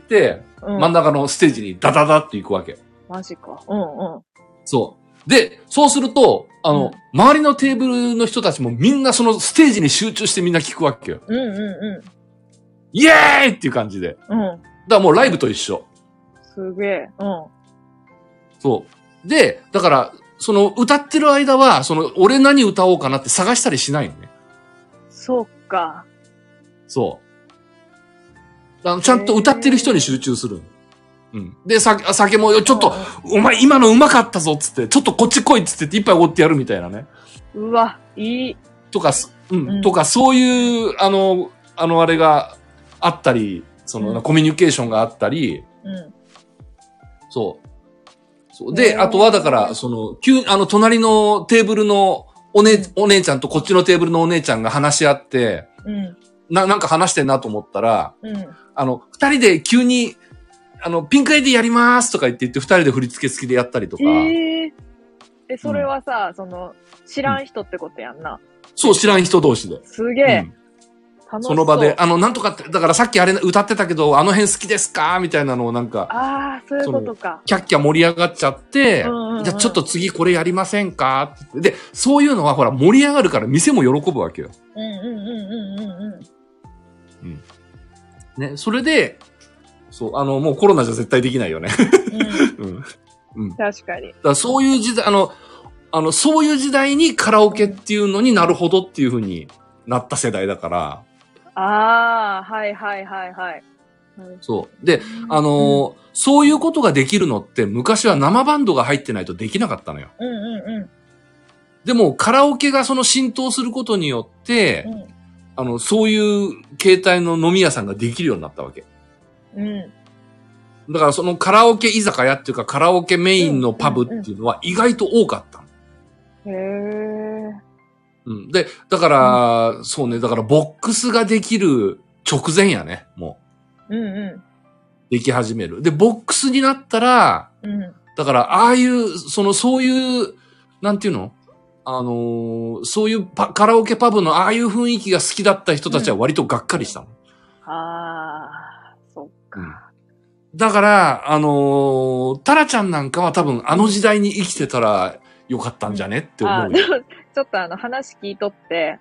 B: 真ん中のステージにダダダって行くわけ。
A: マジか。
B: そう。で、そうすると、周りのテーブルの人たちもみんなそのステージに集中してみんな聞くわけよ。イエーイっていう感じで。だからもうライブと一緒。
A: すげえ。
B: そう。で、だから、歌ってる間は、俺何歌おうかなって探したりしないのね。
A: そうか。
B: そう。ちゃんと歌ってる人に集中する。で、酒も、ちょっと、お前今のうまかったぞっつって、ちょっとこっち来いっつって一杯おごってやるみたいなね。
A: うわ、いい。
B: とか、とか、そういう、あれがあったり、コミュニケーションがあったり、そう。で、あとはだから、隣のテーブルのお姉ちゃんとこっちのテーブルのお姉ちゃんが話し合って、なんか話してんなと思ったら、二人で急に、ピンク ID やりますとか言って二人で振り付け付きでやったりとか。
A: それはさ、知らん人ってことやんな。
B: そう、知らん人同士で。
A: すげえ。
B: その場で、なんとかって、だからさっきあれ歌ってたけど、あの辺好きですかみたいなのをなんか、
A: そういうことか。
B: キャッキャ盛り上がっちゃって、じゃあちょっと次これやりませんかって。で、そういうのはほら盛り上がるから店も喜ぶわけよ。ね、それで、そう、もうコロナじゃ絶対できないよね。
A: 確かに。
B: だからそういう時代、そういう時代にカラオケっていうのになるほどっていう風になった世代だから。
A: はいはいはいはい。
B: そう。で、そういうことができるのって昔は生バンドが入ってないとできなかったのよ。でもカラオケが浸透することによって、そういう形態の飲み屋さんができるようになったわけ。だからカラオケ居酒屋っていうかカラオケメインのパブっていうのは意外と多かったの。で、だから、そうね、だからボックスができる直前やね、もう。でき始める。で、ボックスになったら、だから、ああいう、そういう、なんていうのそういうカラオケパブのああいう雰囲気が好きだった人たちは割とがっかりしたの。
A: ああ、そっか。
B: だから、タラちゃんなんかは多分あの時代に生きてたらよかったんじゃねって思う。
A: でもちょっと話聞いとって、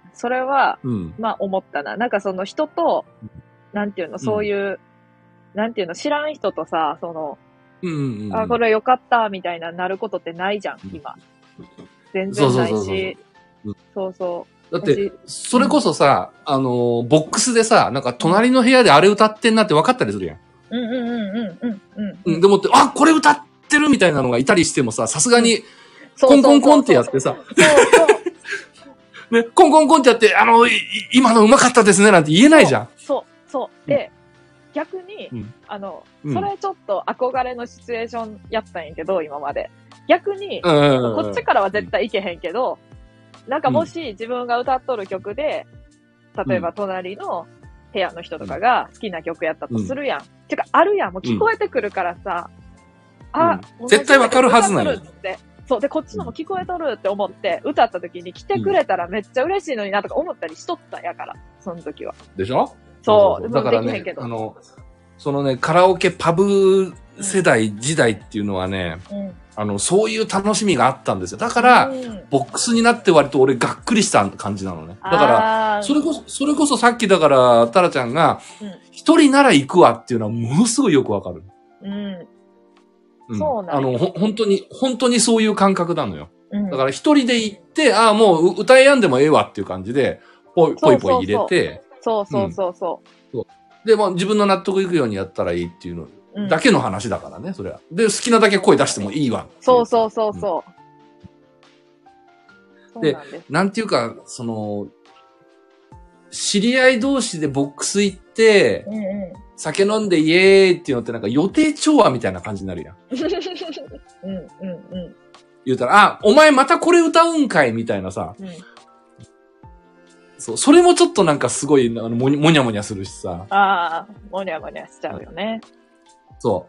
A: それは、まあ思ったな。なんかその人と、なんていうの、そういう、なんていうの、知らん人とさ、これよかった、みたいななることってないじゃん、今。全然ないし。そうそう。
B: だって、それこそさ、ボックスでさ、なんか隣の部屋であれ歌ってんなって分かったりするやん。でもって、あ、これ歌ってるみたいなのがいたりしてもさ、さすがに、コンコンコンってやってさ、ね、コンコンコンってやって、今のうまかったですねなんて言えないじゃん。
A: そう。で、逆に、それちょっと憧れのシチュエーションやったんやけど、今まで。逆に、こっちからは絶対いけへんけど、なんかもし自分が歌っとる曲で、例えば隣の部屋の人とかが好きな曲やったとするやん。てか、あるやん。もう聞こえてくるからさ、
B: 絶対わかるはずなんよ。
A: そう。で、こっちのも聞こえとるって思って、歌った時に来てくれたらめっちゃ嬉しいのになとか思ったりしとったやから、その時は。
B: でしょ？
A: そう。
B: だからね、そのね、カラオケパブ世代、時代っていうのはね、そういう楽しみがあったんですよ。だから、ボックスになって割と俺がっくりした感じなのね。だから、それこそさっきだから、タラちゃんが、一人なら行くわっていうのはものすごいよくわかる。
A: そうなんだ。
B: 本当にそういう感覚なのよ。だから一人で行って、もう歌いやんでもええわっていう感じで、ポイポイ入れて。
A: そう。
B: で、自分の納得いくようにやったらいいっていうのだけの話だからね、それは。で、好きなだけ声出してもいいわ。
A: そう。
B: で、なんていうか、知り合い同士でボックス行って、酒飲んでイエーイっていうのってなんか予定調和みたいな感じになるやん。言うたら、お前またこれ歌うんかいみたいなさ。そう、それもちょっとなんかすごい、もにゃもにゃするしさ。
A: もにゃもにゃしちゃうよね。
B: そう。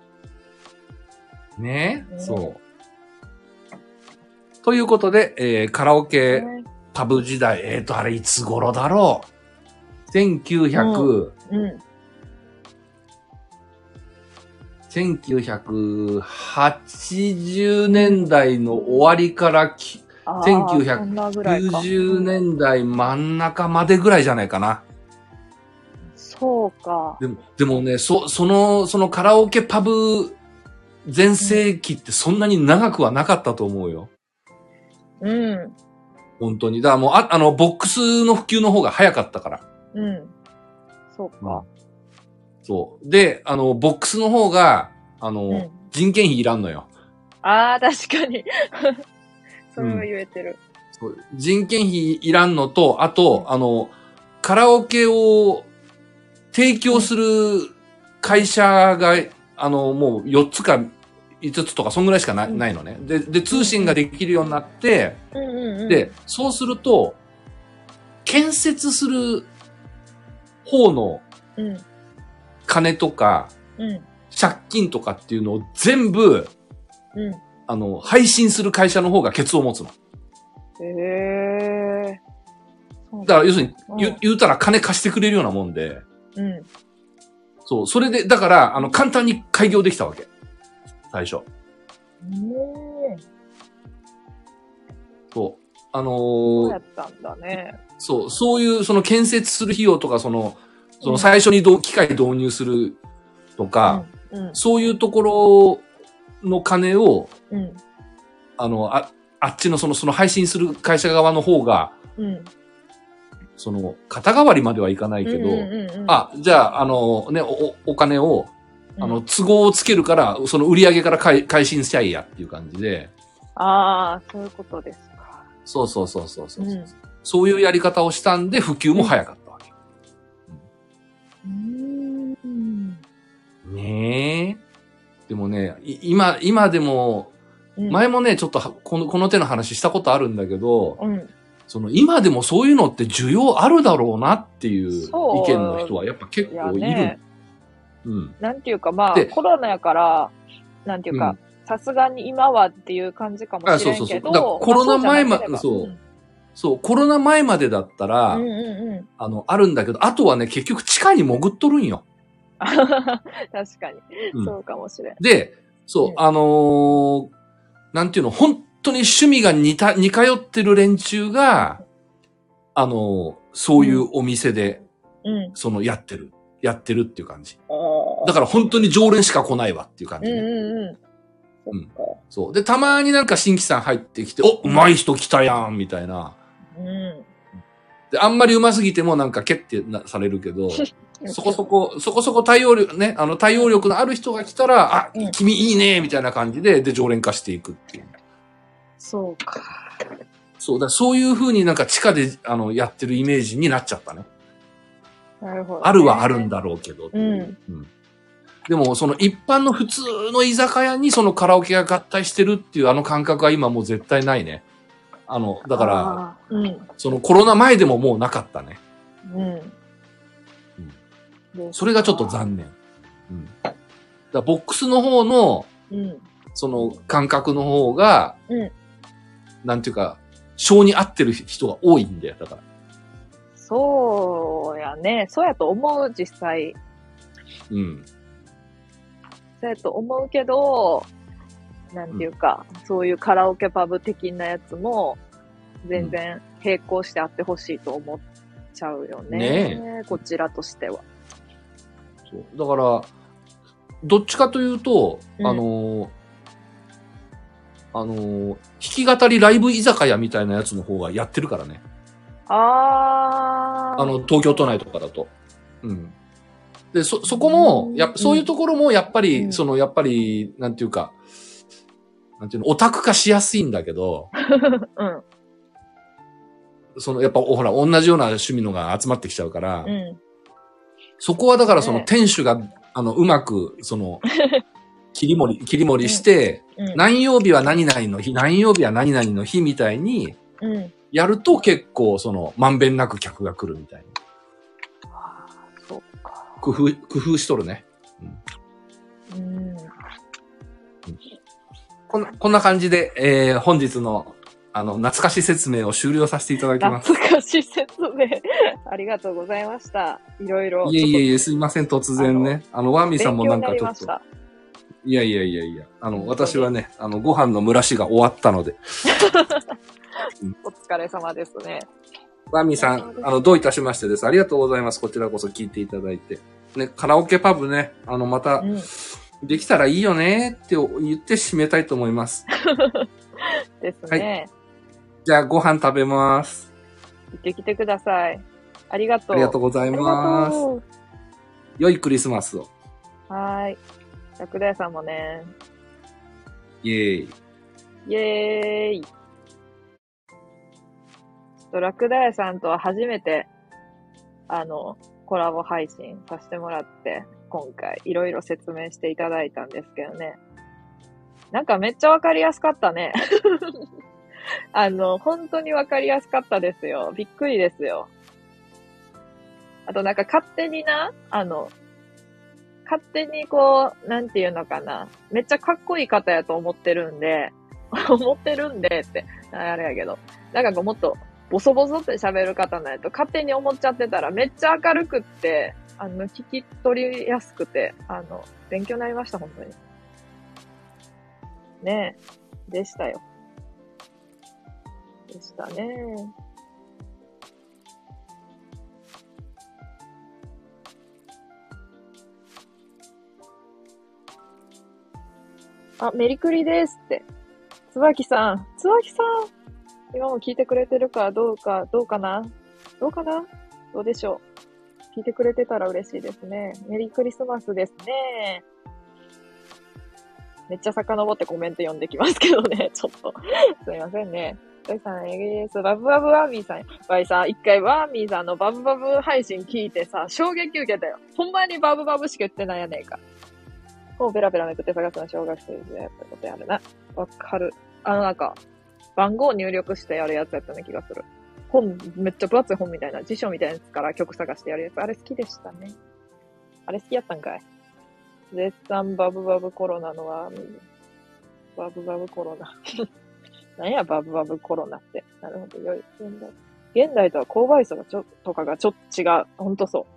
B: ね、そう。ということで、カラオケパブ時代、あれいつ頃だろう。1980年代の終わりから1990年代真ん中までぐらいじゃないかな。
A: そうか。
B: でもね、そのカラオケパブ全盛期ってそんなに長くはなかったと思うよ。本当に。だからもう、ボックスの普及の方が早かったから。
A: そうか。
B: そう。で、ボックスの方が、人件費いらんのよ。
A: 確かに。それは言えてる。
B: 人件費いらんのと、あと、カラオケを提供する会社が、もう4つか5つとか、そんぐらいしかないのね。で、通信ができるようになって、で、そうすると、建設する方の金とか、借金とかっていうのを全部、配信する会社の方がケツを持つの。だから要するに、言うたら金貸してくれるようなもんで、そう、それで、だから、簡単に開業できたわけ。最初。そう。
A: そうやったんだね。
B: そう、そういう、建設する費用とか、最初に機械導入するとか、そういうところの金を、あっちのその配信する会社側の方が、肩代わりまではいかないけど、じゃあ、お金を、都合をつけるから、その売り上げから改心しちゃいやっていう感じで。
A: そういうことですか。
B: そう。そういうやり方をしたんで、普及も早かったわけ。ねえ。でもね、今でも、前もね、ちょっとこの手の話したことあるんだけど、今でもそういうのって需要あるだろうなっていう意見の人はやっぱ結構いる。
A: なんていうかコロナやから、さすがに今はっていう感じかもしれんけど。
B: コロナ前まで、 そう、コロナ前までだったら、あるんだけど、あとはね、結局地下に潜っとるんよ。
A: 確かに、そうかもしれん。
B: で、そう、なんていうの、本当に趣味が似通ってる連中が、そういうお店で、やってるっていう感じ。だから本当に常連しか来ないわっていう感じね。そう。で、たまになんか新規さん入ってきて、お、うまい人来たやんみたいな。で、あんまりうますぎてもなんか蹴ってされるけど、そこそこ対応力ね、対応力のある人が来たら、あ、君いいねみたいな感じで、常連化していくっていう。
A: そうか。
B: そうだ、そういう風になんか地下で、やってるイメージになっちゃったね。
A: なるほど、
B: あるはあるんだろうけど。でも、その一般の普通の居酒屋にそのカラオケが合体してるっていう感覚は今もう絶対ないね。だから、そのコロナ前でももうなかったね。それがちょっと残念。だボックスの方の、その感覚の方が、なんていうか、性に合ってる人が多いんだよ、だから。
A: そうやね。そうやと思う、実際。そうやと思うけど、なんていうか、そういうカラオケパブ的なやつも、全然並行してあってほしいと思っちゃうよね。こちらとしては。
B: そう。だから、どっちかというと、弾き語りライブ居酒屋みたいなやつの方がやってるからね。東京都内とかだと。で、そこも、そういうところも、やっぱり、やっぱり、なんていうか、なんていうの、オタク化しやすいんだけど、やっぱ、ほら、同じような趣味のが集まってきちゃうから、そこはだから店主が、うまく、切り盛りして、何曜日は何々の日、何曜日は何々の日みたいに、やると結構、まんべんなく客が来るみたいな。
A: そうか。
B: 工夫しとるね。こんな感じで、本日の、懐かし説明を終了させていただきます。
A: 懐かし説明。ありがとうございました。いろいろ。
B: いえ、すいません、突然ね。ワーミーさんもなんかちょっと。いや。私はね、ご飯の蒸らしが終わったので。
A: お疲れ様ですね。
B: ワーミーさん、どういたしましてです。ありがとうございます。こちらこそ聞いていただいて。ね、カラオケパブね、また、できたらいいよねって言って締めたいと思います。
A: ですね。はい。
B: じゃあ、ご飯食べます。
A: 行ってきてください。ありがとう。
B: ありがとうございます。良いクリスマスを。
A: はい。ラクダ屋さんもね。
B: イェーイ。
A: イェーイ。ラクダ屋さんとは初めて、コラボ配信させてもらって、今回いろいろ説明していただいたんですけどね。なんかめっちゃわかりやすかったね。本当にわかりやすかったですよ。びっくりですよ。あとなんか勝手にな、勝手にこう、なんていうのかな。めっちゃかっこいい方やと思ってるんでって、あれやけど。なんかこうもっと、ボソボソって喋る方ないと勝手に思っちゃってたらめっちゃ明るくって、聞き取りやすくて、勉強になりました、本当に。ねえ。でしたよ。でしたね。あ、メリクリですって。椿さん。今も聞いてくれてるかどうかなどうでしょう。聞いてくれてたら嬉しいですね。メリークリスマスですね。めっちゃ遡ってコメント読んできますけどね。ちょっと。すいませんね。トイさん、AGS、バブバブワーミーさん。わいさ、一回ワーミーさんのバブバブ配信聞いてさ、衝撃受けたよ。ほんまにバブバブしか言ってないやねえか。もうベラベラめくって探すの小学生でやったことやるな。わかる。なんか、番号入力してやるやつやったような気がする。本、めっちゃ分厚い本みたいな、辞書みたいなやつから曲探してやるやつ。あれ好きでしたね。あれ好きやったんかい。絶賛バブバブコロナのワーミー。バブバブコロナ。 何や、バブバブコロナって。なるほど、良い。現代とは購買層がとかがちょっと違う。ほんとそう。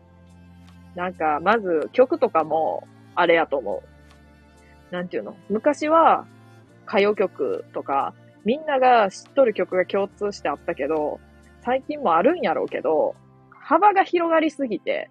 A: なんか、まず曲とかも、あれやと思う。なんていうの？昔は、歌謡曲とか、みんなが知っとる曲が共通してあったけど、最近もあるんやろうけど、幅が広がりすぎて、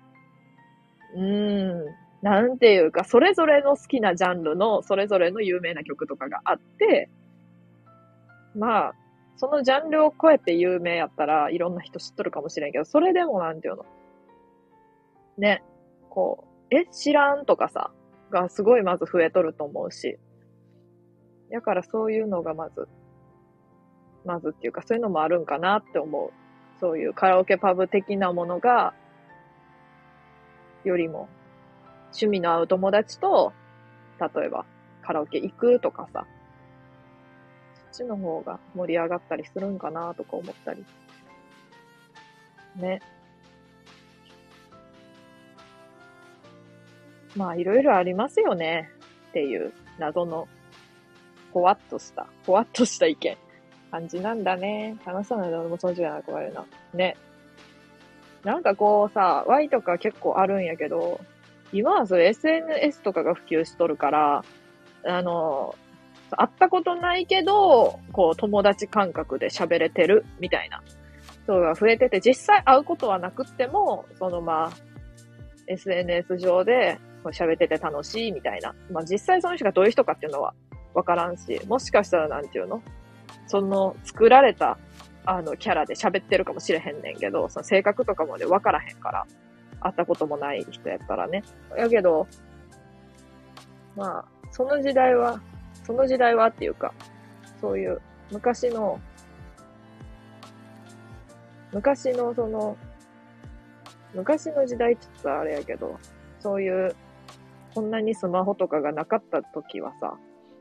A: なんていうか、それぞれの好きなジャンルの、それぞれの有名な曲とかがあって、まあ、そのジャンルを超えて有名やったら、いろんな人知っとるかもしれんけど、それでもなんていうのね、こう、知らんとかさ、がすごいまず増えとると思うし、だからそういうのがまずっていうか、そういうのもあるんかなって思う。そういうカラオケパブ的なものが、よりも、趣味の合う友達と、例えばカラオケ行くとかさ、そっちの方が盛り上がったりするんかなとか思ったり。ね。まあ、いろいろありますよね。っていう謎の、ほわっとした意見。感じなんだね。楽しそうなのもそうじゃない子がいるな。ね。なんかこうさ、Y とか結構あるんやけど、今はそういう SNS とかが普及しとるから、会ったことないけど、こう友達感覚で喋れてるみたいな人が増えてて、実際会うことはなくっても、SNS 上で喋ってて楽しいみたいな。まあ実際その人がどういう人かっていうのはわからんし、もしかしたらなんていうのその作られたキャラで喋ってるかもしれへんねんけど、その性格とかまでわからへんから、会ったこともない人やったらね。やけど、まあ、その時代はっていうか、そういう昔の時代って言ったらあれやけど、そういう、こんなにスマホとかがなかった時はさ、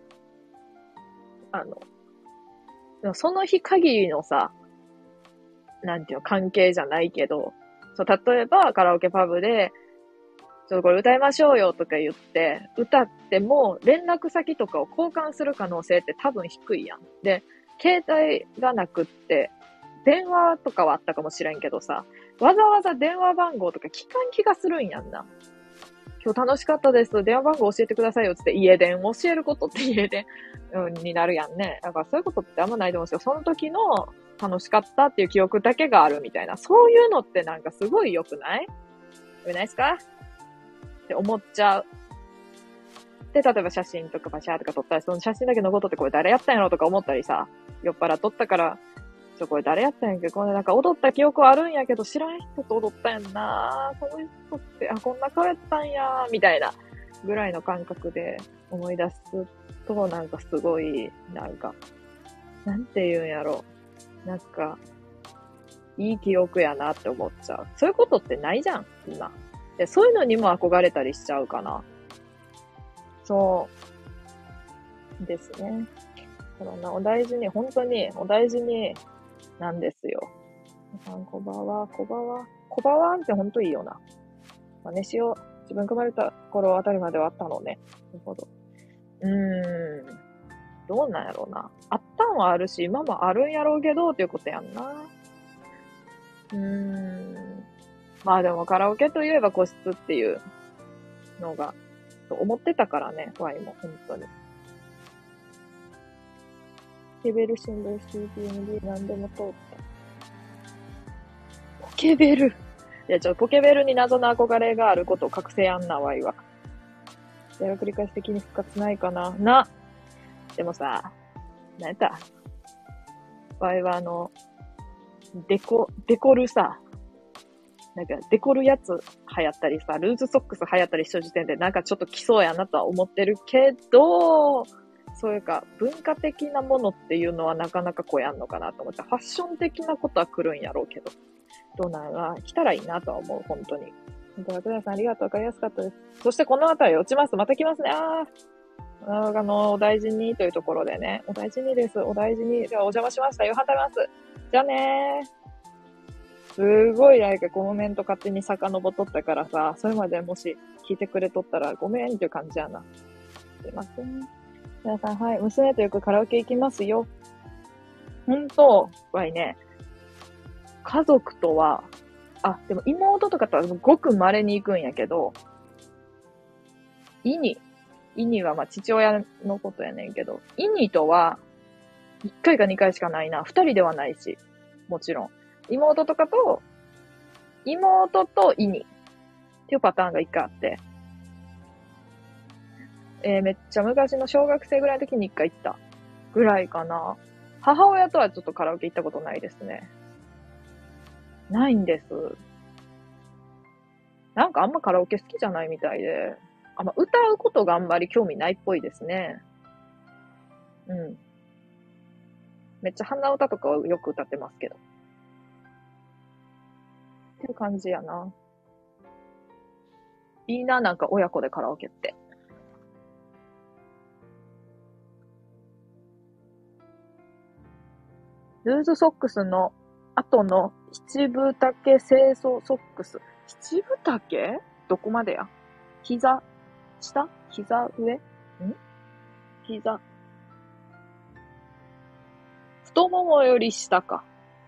A: その日限りのさ、なんていうの、関係じゃないけど、そう、例えばカラオケパブで、ちょっとこれ歌いましょうよとか言って、歌っても連絡先とかを交換する可能性って多分低いやん。で、携帯がなくって、電話とかはあったかもしれんけどさ、わざわざ電話番号とか聞かん気がするんやんな。今日楽しかったです。電話番号教えてくださいよつって家電教えることって家電、になるやんね。だからそういうことってあんまないと思うんですよ。その時の楽しかったっていう記憶だけがあるみたいな。そういうのってなんかすごい良くない？良くないですか？って思っちゃう。で、例えば写真とかパシャーとか撮ったら、その写真だけ残っとってこれ誰やったんやろとか思ったりさ、酔っ払っとったから、これ誰やったんやけど、これなんか踊った記憶はあるんやけど、知らん人と踊ったんやんなこの人って、こんな顔やったんやみたいなぐらいの感覚で思い出すと、なんかすごい、なんか、なんて言うんやろ。なんか、いい記憶やなって思っちゃう。そういうことってないじゃん、今。で、そういうのにも憧れたりしちゃうかな。そうですね。だからな、お大事に、本当にお大事になんですよ。こばわって本当いいよな。真似しよう。自分が生まれた頃あたりまではあったのね。なるほど。どうなんやろうな。あったんはあるし、今もあるんやろうけど、っていうことやんな。まあでもカラオケといえば個室っていうのが、思ってたからね、ワイも、本当に。ポケベル、新聞、CDMD、何でも通った。ポケベル。いや、ポケベルに謎の憧れがあることを隠せやんな、ワイは。それを繰り返し的に復活ないかな。でもさ、なんやったワイはデコるさ、なんかデコるやつ流行ったりさ、ルーズソックス流行ったりした時点でなんかちょっと来そうやなとは思ってるけど、そういうか、文化的なものっていうのはなかなかこうやんのかなと思って、ファッション的なことは来るんやろうけど、どうなんや来たらいいなとは思う、本当に。本当、渡さんありがとう、わかりやすかったです。そしてこの辺り落ちます。また来ますね。お大事にというところでね。お大事にです。お大事に。では、お邪魔しました。夕飯食べます。じゃあねー。すごいなんかコメント勝手に遡っとったからさ、それまでもし聞いてくれとったらごめんっていう感じやな。すいません。皆さん、はい。娘とよくカラオケ行きますよ。 本当はね、家族とは、でも妹とかとはごく稀に行くんやけど、イニは父親のことやねんけど、イニとは、1回か2回しかないな。2人ではないし、もちろん。妹とイニっていうパターンが1回あって、めっちゃ昔の小学生ぐらいの時に1回行ったぐらいかな。母親とはちょっとカラオケ行ったことないですね。ないんです。なんかあんまカラオケ好きじゃないみたいで、歌うことがあんまり興味ないっぽいですね。うん。めっちゃ鼻歌とかはよく歌ってますけど。っていう感じやな。いいな、なんか親子でカラオケって。ルーズソックスの後の七分丈清掃ソックス。七分丈どこまでや？膝下？膝上？膝。太ももより下か。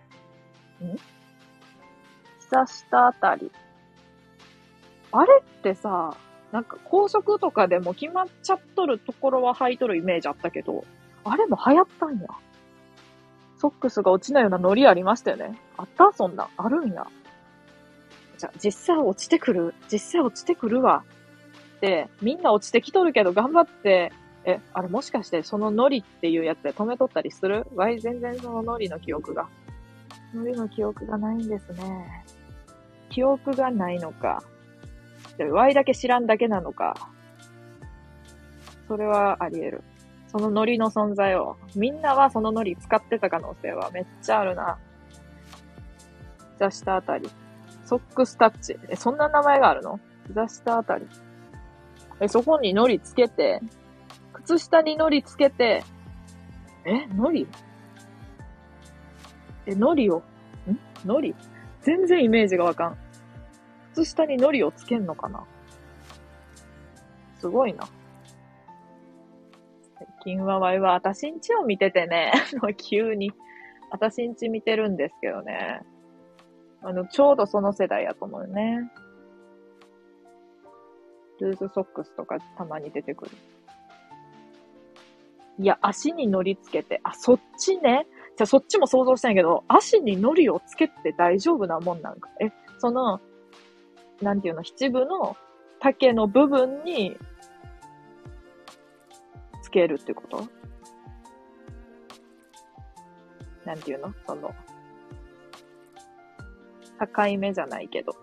A: 膝下あたり。あれってさ、なんか高速とかでも決まっちゃっとるところは履いとるイメージあったけど、あれも流行ったんや。ソックスが落ちないようなノリありましたよね。あった？そんな。あるんや。じゃあ、実際落ちてくるわ。で、みんな落ちてきとるけど頑張って、あれもしかしてそのノリっていうやつで止めとったりする？全然そのノリの記憶がないんですね。記憶がないのか。Y だけ知らんだけなのか。それはあり得る。そのノリの存在を。みんなはそのノリ使ってた可能性はめっちゃあるな。膝下あたり。ソックスタッチ。そんな名前があるの？膝下あたり。そこにノリつけて、靴下にノリつけて、ノリ？ノリを、ノリ？全然イメージがわかん。靴下にノリをつけんのかな？すごいな。最近はワイはあたしんちを見ててね、急に、あたしんち見てるんですけどね。ちょうどその世代やと思うね。ルーズソックスとかたまに出てくる。いや、足にノリつけて、そっちね。じゃあそっちも想像したんやけど、足にノリをつけて大丈夫なもんなんか。その、なんていうの、七分の丈の部分につけるってこと？なんていうの？その、境目じゃないけど。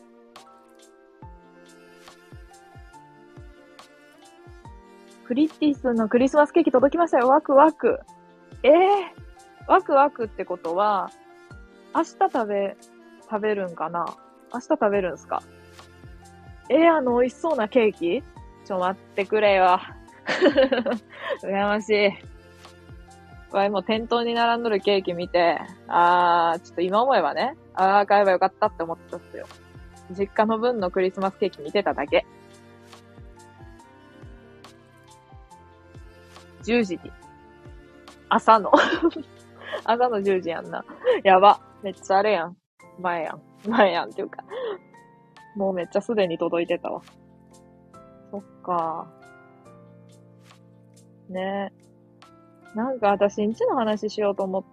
A: クリティスのクリスマスケーキ届きましたよ。ワクワク。ワクワクってことは、明日食べるんかな？明日食べるんすか？美味しそうなケーキ？待ってくれよ。羨ましい。もう店頭に並んどるケーキ見て、ちょっと今思えばね、買えばよかったって思ってたっすよ。実家の分のクリスマスケーキ見てただけ。10時に。朝の10時やんな。やば。めっちゃあれやん。前やんっていうか。もうめっちゃすでに届いてたわ。そっか。ね。なんか私んちの話しようと思って、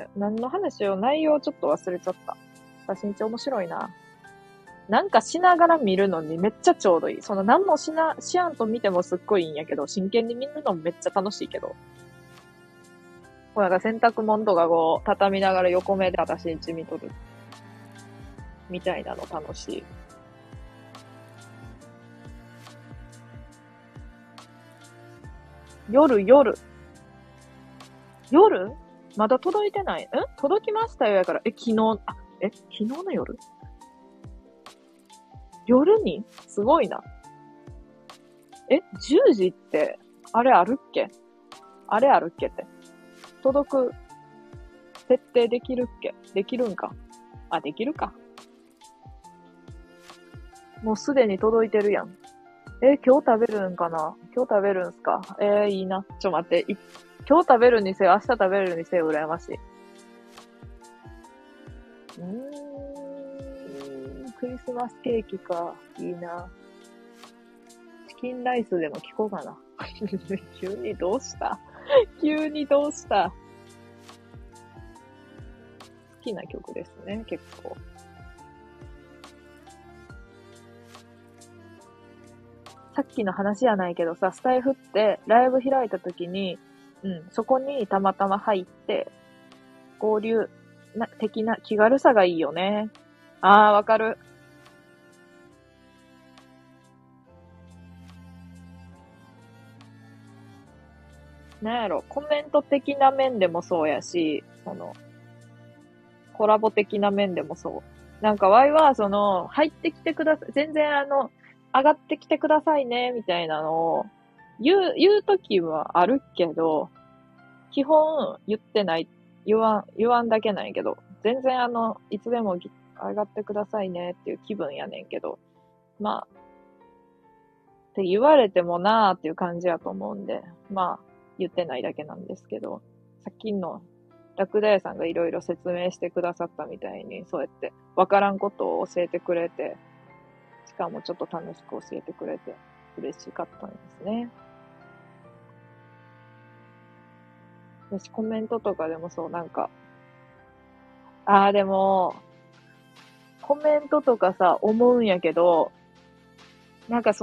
A: 何の話を内容ちょっと忘れちゃった。私んち面白いな。なんかしながら見るのにめっちゃちょうどいい。何もしやんと見てもすっごいいいんやけど、真剣に見るのもめっちゃ楽しいけど。なんか洗濯物とか畳みながら横目で私んち見とる。みたいなの楽しい。夜まだ届いてない？届きましたよやから。昨日の夜？夜に？すごいな。10時って、あれあるっけって。届く、設定できるっけ？できるんか。できるか。もうすでに届いてるやん。今日食べるんかな？今日食べるんすか？いいな。待って。 今日食べるにせよ、明日食べるにせよ、羨ましい。クリスマスケーキか。いいな。チキンライスでも聞こうかな。急にどうした急にどうした好きな曲ですね、結構。さっきの話やないけどさ、スタイフってライブ開いた時に、そこにたまたま入って、合流的な気軽さがいいよね。あー、わかる。なんやろ、コメント的な面でもそうやし、コラボ的な面でもそう。なんか、ワイは、入ってきてください、全然上がってきてくださいね、みたいなのを、言うときはあるけど、基本、言ってない、言わんだけなんやけど、全然いつでも上がってくださいねっていう気分やねんけど、まあ、って言われてもなーっていう感じやと思うんで、まあ、言ってないだけなんですけど、さっきのラクダ屋さんがいろいろ説明してくださったみたいに、そうやってわからんことを教えてくれて、しかもちょっと楽しく教えてくれて嬉しかったんですね。私コメントとかでもそうなんか、でも、コメントとかさ、思うんやけど、なんか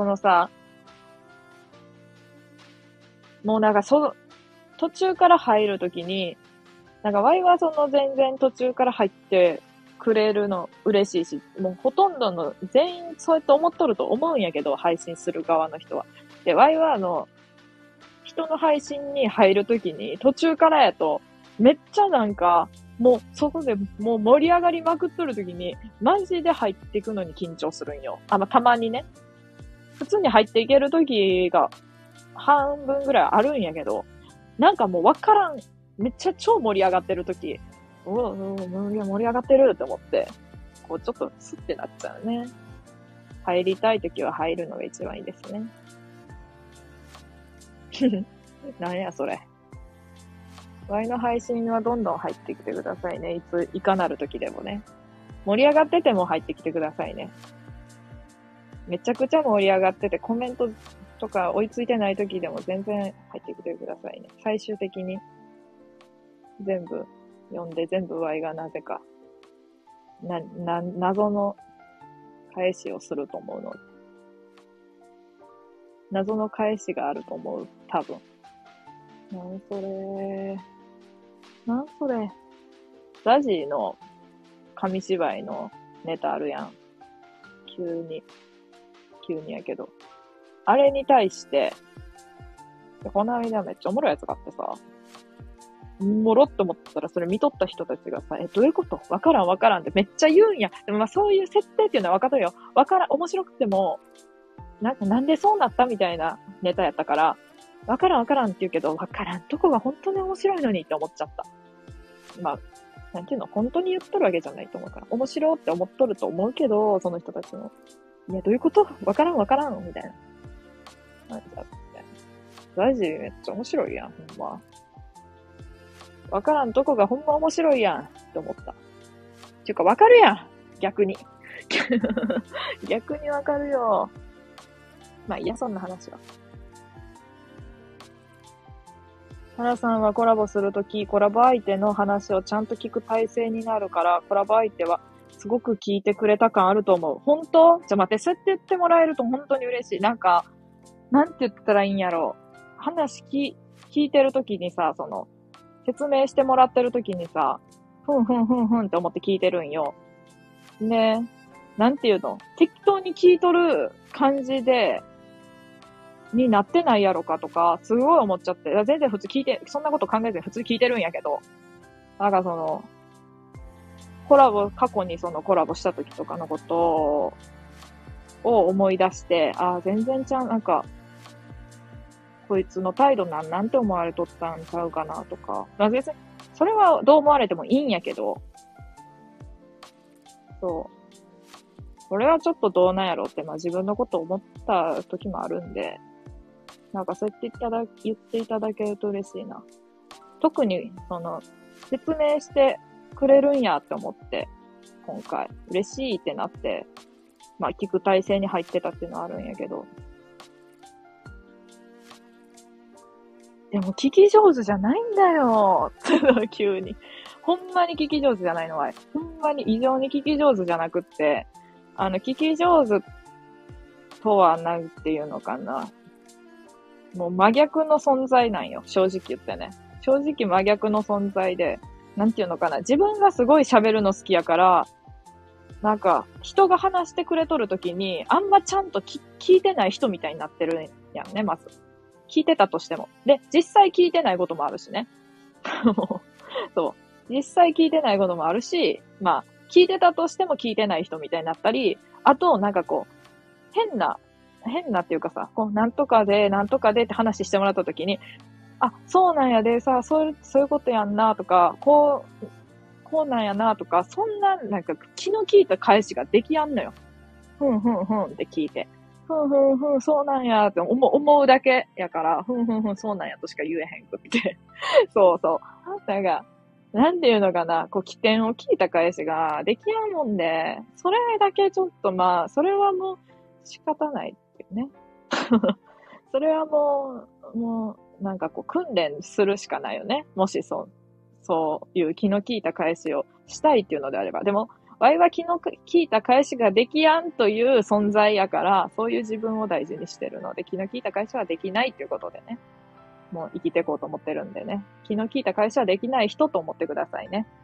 A: もうなんか途中から入るときに、なんかワイは全然途中から入ってくれるの嬉しいし、もうほとんどの全員そうやって思っとると思うんやけど、配信する側の人は。で、ワイは人の配信に入るときに途中からやと、めっちゃなんか、もう外でもう盛り上がりまくっとるときに、マジで入っていくのに緊張するんよ。たまにね。普通に入っていけるときが半分ぐらいあるんやけど、なんかもうわからん。めっちゃ超盛り上がってるとき、盛り上がってるって思って、こうちょっとスッてなっちゃうね。入りたいときは入るのが一番いいですね。なんやそれ。ワイの配信はどんどん入ってきてくださいね。いかなるときでもね。盛り上がってても入ってきてくださいね。めちゃくちゃ盛り上がっててコメントとか追いついてないときでも全然入ってきてくださいね。最終的に全部読んで全部ワイがなぜか謎の返しをすると思うので。謎の返しがあると思う。多分。なんそれ。ザジーの紙芝居のネタあるやん。急にやけど。あれに対して、この間めっちゃおもろいやつがあってさ、もろっと思ったらそれ見とった人たちがさ、どういうことわからんってめっちゃ言うんや。でもまあそういう設定っていうのはわかるよ。面白くても、なんでそうなったみたいなネタやったから、わからんって言うけど、わからんとこが本当に面白いのにって思っちゃった。まあ、なんていうの、本当に言っとるわけじゃないと思うから、面白って思っとると思うけど、その人たちも。いや、どういうことわからんみたいな。ラジめっちゃ面白いやん、ほんま。わからんとこがほんま面白いやんって思った。ていうか、わかるやん逆に。逆にわかるよ。まあ、いや、そんな話は。原さんはコラボするとき、コラボ相手の話をちゃんと聞く体制になるから、コラボ相手はすごく聞いてくれた感あると思う。本当？待って、そうやって言ってもらえると本当に嬉しい。なんか、なんて言ったらいいんやろ。話聞いてるときにさ、説明してもらってるときにさ、ふんって思って聞いてるんよ。ね、なんていうの？適当に聞いとる感じで、になってないやろかとか、すごい思っちゃって。全然普通そんなこと考えずに普通聞いてるんやけど、なんか過去にコラボした時とかのことを思い出して、全然なんか、こいつの態度なんて思われとったんちゃうかなとか。別に、それはどう思われてもいいんやけど、そう。これはちょっとどうなんやろって、自分のこと思った時もあるんで、なんかそうやって言っていただけると嬉しいな。 特に、説明してくれるんやって思って、今回、嬉しいってなって、まあ、聞く体制に入ってたっていうのはあるんやけど。でも、聞き上手じゃないんだよ。急に。ほんまに聞き上手じゃないのは、ほんまに異常に聞き上手じゃなくって、聞き上手とはなんていうのかな。もう真逆の存在なんよ。正直言ってね。正直真逆の存在で、なんていうのかな。自分がすごい喋るの好きやから、なんか、人が話してくれとるときに、あんまちゃんと聞いてない人みたいになってるんやんね、まず。聞いてたとしても。で、実際聞いてないこともあるしね。そう。実際聞いてないこともあるし、まあ、聞いてたとしても聞いてない人みたいになったり、あと、なんかこう、変なっていうかさ、こう、なんとかでって話してもらったときに、あ、そうなんやでさ、そういうことやんなとか、こうなんやなとか、そんな、なんか気の利いた返しができやんのよ。ふんって聞いて。ふん、そうなんやって思うだけやから、ふん、そうなんやとしか言えへんくって。そうそう。なんか、なんていうのかな、こう、起点を聞いた返しができやんもんで、それだけちょっとまあ、それはもう仕方ないっていうね。それはもう、なんかこう、訓練するしかないよね。もしそういう気の利いた返しをしたいっていうのであれば。でも、ワイは気の利いた返しができやんという存在やから、そういう自分を大事にしてるので、気の利いた返しはできないっていうことでね。もう生きていこうと思ってるんでね。気の利いた返しはできない人と思ってくださいね。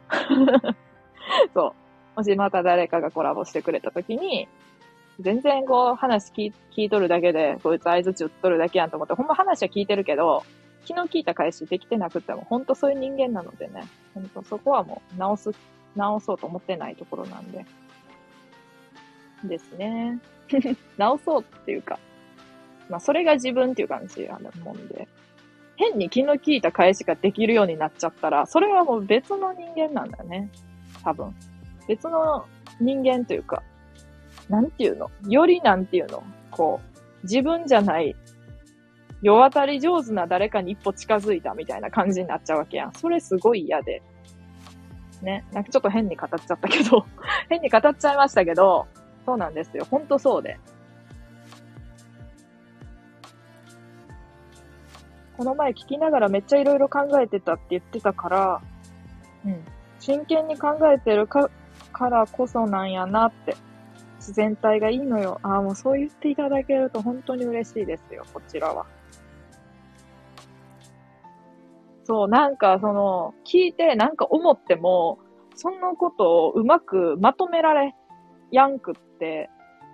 A: そう。もしまた誰かがコラボしてくれたときに、全然こう話聞いとるだけで、こいつ合図打っとるだけやんと思って、ほんま話は聞いてるけど、気の利いた返しできてなくても、ほんとそういう人間なのでね、ほんとそこはもう直そうと思ってないところなんで。ですね。直そうっていうか、まあそれが自分っていう感じやもんで。変に気の利いた返しができるようになっちゃったら、それはもう別の人間なんだね。多分。別の人間というか、なんていうのよりなんていうのこう、自分じゃない、世渡り上手な誰かに一歩近づいたみたいな感じになっちゃうわけやん。それすごい嫌で。ね。なんかちょっと変に語っちゃったけど、変に語っちゃいましたけど、そうなんですよ。ほんとそうで。この前聞きながらめっちゃいろいろ考えてたって言ってたから、うん。真剣に考えてるからこそなんやなって。自然体がいいのよ。ああ、もうそう言っていただけると本当に嬉しいですよ、こちらは。そう、なんか聞いてなんか思っても、そのことをうまくまとめられやんくって、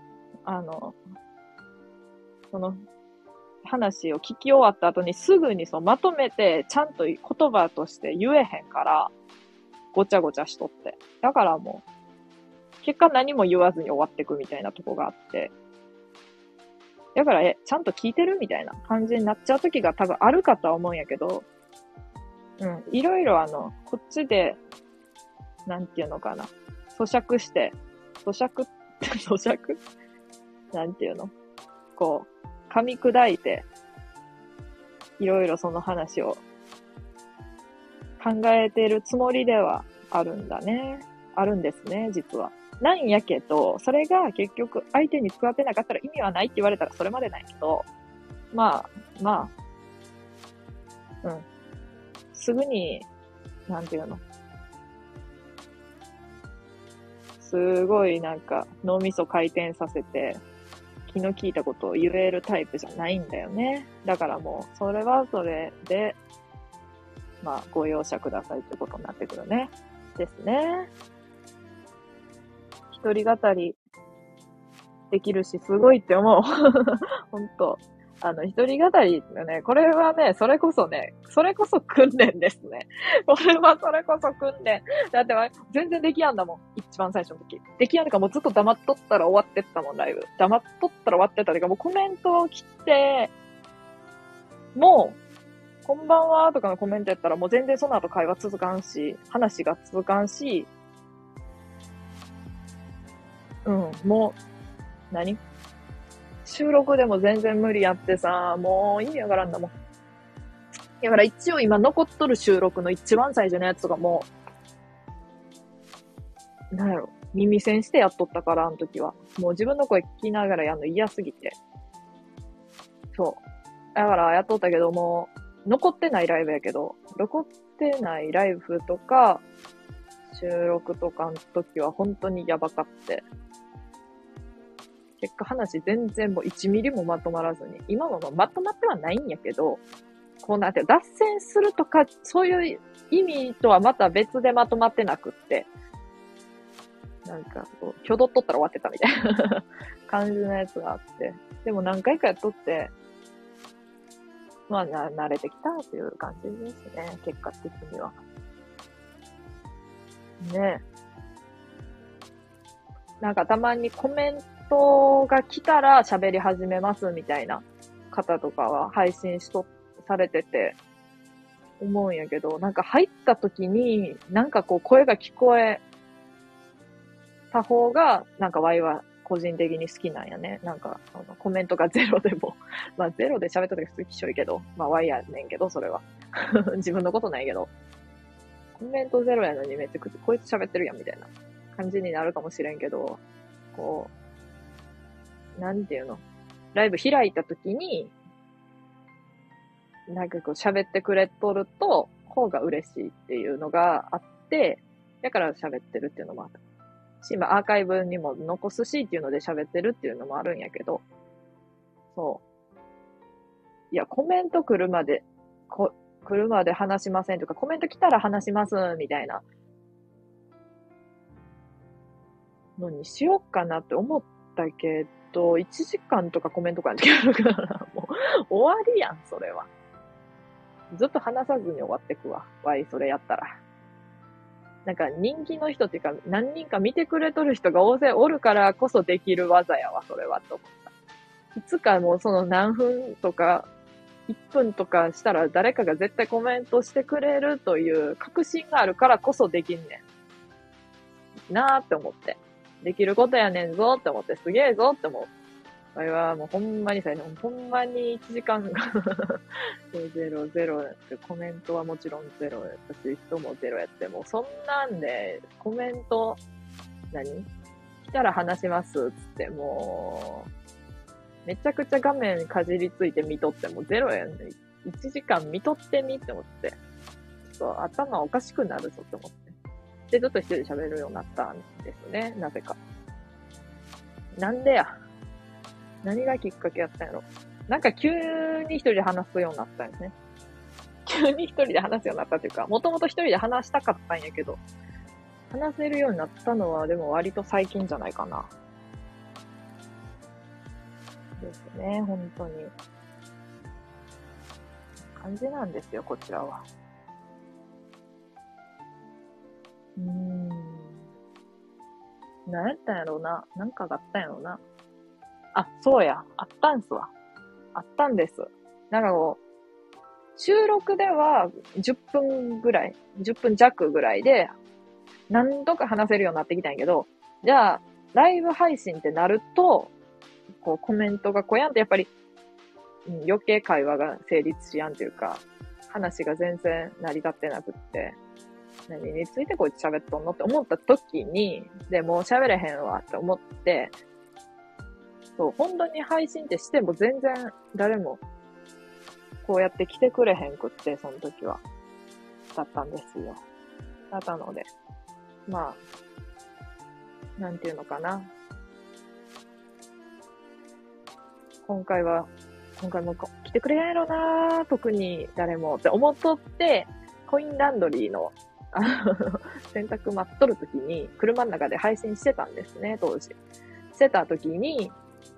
A: その話を聞き終わった後にすぐにまとめてちゃんと言葉として言えへんから、ごちゃごちゃしとって。だからもう、結果何も言わずに終わってくみたいなとこがあって。だから、ちゃんと聞いてるみたいな感じになっちゃう時が多分あるかとは思うんやけど、うん、いろいろこっちで、なんていうのかな、咀嚼なんていうのこう、噛み砕いて、いろいろその話を考えてるつもりではあるんですね、実は。なんやけど、それが結局相手に伝わってなかったら意味はないって言われたらそれまでないけど、まあ、うん。すぐに、なんていうのすごいなんか脳みそ回転させて気の利いたことを言えるタイプじゃないんだよね。だからもう、それはそれで、まあ、ご容赦くださいということになってくるね。ですね。一人語りできるし、すごいって思う。ほんと。一人語りってね、これはね、それこそ訓練ですね。これはそれこそ訓練。だって、全然できやんだもん。一番最初の時。できやんかもうずっと黙っとったら終わってったもん、ライブ。黙っとったら終わってた。てかもうコメントを切って、もう、こんばんはとかのコメントやったらもう全然その後会話続かんし、話が続かんし、もう、収録でも全然無理やってさ、もう意味わからんだもん。 だから一応今残っとる収録の一番最初のやつとかも、なんやろ、耳栓してやっとったから、あの時は。もう自分の声聞きながらやるの嫌すぎて。そう。だからやっとったけども、残ってないライブやけど、残ってないライブとか、収録とかの時は本当にやばかって。結果話全然もう1ミリもまとまらずに。今はまとまってはないんやけど、こうなんて脱線するとか、そういう意味とはまた別でまとまってなくって。なんか、こう、挙動っとったら終わってたみたいな感じのやつがあって。でも何回かやっとって、まあ慣れてきたっていう感じですね。結果的には。ね。なんかたまにコメントが来たら喋り始めますみたいな方とかは配信されてて思うんやけど、なんか入った時になんかこう声が聞こえた方がなんかワイは個人的に好きなんやね。なんかコメントがゼロでもまあゼロで喋った時普通きしょいけど、まあワイやねんけどそれは自分のことないけど、コメントゼロやのにめっちゃこいつ喋ってるやんみたいな感じになるかもしれんけど、こう、なんていうの、ライブ開いた時に、なんかこう喋ってくれとると、方が嬉しいっていうのがあって、だから喋ってるっていうのもあるし、まあアーカイブにも残すしっていうので喋ってるっていうのもあるんやけど、そう。いや、コメント来るまで話しませんとか、コメント来たら話しますみたいなのにしようかなって思ったけど、1時間とかコメント返ってくるから、もう終わりやん、それは。ずっと話さずに終わってくわ。わい、それやったら。なんか人気の人っていうか、何人か見てくれとる人が大勢おるからこそできる技やわ、それは、と思った。いつかもうその何分とか、1分とかしたら誰かが絶対コメントしてくれるという確信があるからこそできんねん。なーって思って。できることやねんぞって思って、すげえぞって思う。あれはもうほんまにさ、ほんまに1時間ゼロゼロやって、コメントはもちろんゼロやったし、人もゼロやって、もうそんなんで、コメント、来たら話しますっつって、もう、めちゃくちゃ画面かじりついて見とってもゼロやんね。1時間見とってみって思って、ちょっと頭おかしくなるぞって思って。で、ずっと一人で喋るようになったんですね、なぜか。なんでや。何がきっかけやったんやろ。なんか急に一人で話すようになったんですね。急に一人で話すようになったっていうか、もともと一人で話したかったんやけど、話せるようになったのはでも割と最近じゃないかな。ですね、本当に。感じなんですよ、こちらは。何やったんやろうな。なんかがあったんやろうな。あ、そうや。あったんすわ。あったんです。なんかこう、収録では10分ぐらい、10分弱ぐらいで何度か話せるようになってきたんやけど、じゃあ、ライブ配信ってなると、こうコメントがこやんってやっぱり、余計会話が成立しやんというか、話が全然成り立ってなくって、何についてこいつ喋っとんのって思った時に、でもう喋れへんわって思って、そう、本当に配信ってしても全然誰もこうやって来てくれへんくって、その時は。だったんですよ。だったので、まあ、なんていうのかな。今回も来てくれないやろな、特に誰もって思っとって、コインランドリーの洗濯待っとる時に、車の中で配信してたんですね、当時。してた時に、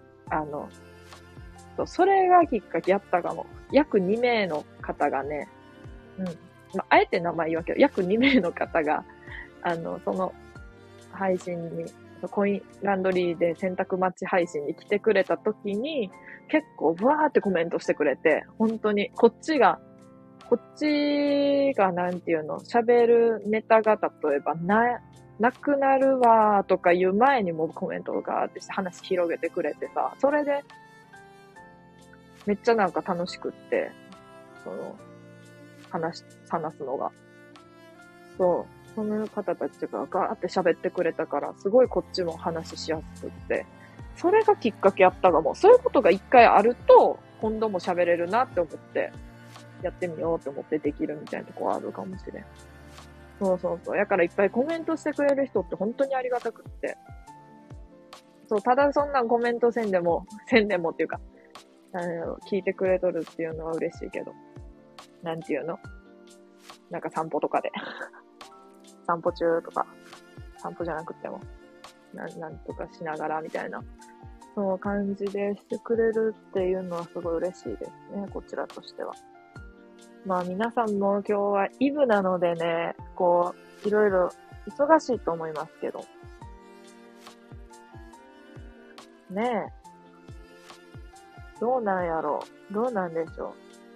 A: それがきっかけやったかも。約2名の方がね、まあ、あえて名前言わんけど、約2名の方が、その配信に、コインランドリーで洗濯待ち配信に来てくれた時に、結構ブワーってコメントしてくれて、本当に、こっちがなんていうの、喋るネタが例えばなくなるわーとかいう前にもコメントがあって話広げてくれてさ、それで、めっちゃなんか楽しくって、 話すのが。そう。その方たちがガーって喋ってくれたから、すごいこっちも話しやすくって。それがきっかけやったかも。そういうことが一回あると、今度も喋れるなって思って、やってみようって思ってできるみたいなとこあるかもしれん。そうそうそう。だからいっぱいコメントしてくれる人って本当にありがたくって。そう、ただそんなコメントせんでもっていうか、聞いてくれとるっていうのは嬉しいけど。なんていうの？なんか散歩とかで。散歩中とか、散歩じゃなくても、なんとかしながらみたいな、そう感じでしてくれるっていうのはすごい嬉しいですね、こちらとしては。まあ皆さんも今日はイブなのでね、こう、いろいろ忙しいと思いますけど。ねえ。どうなんやろう。どうなんでしょ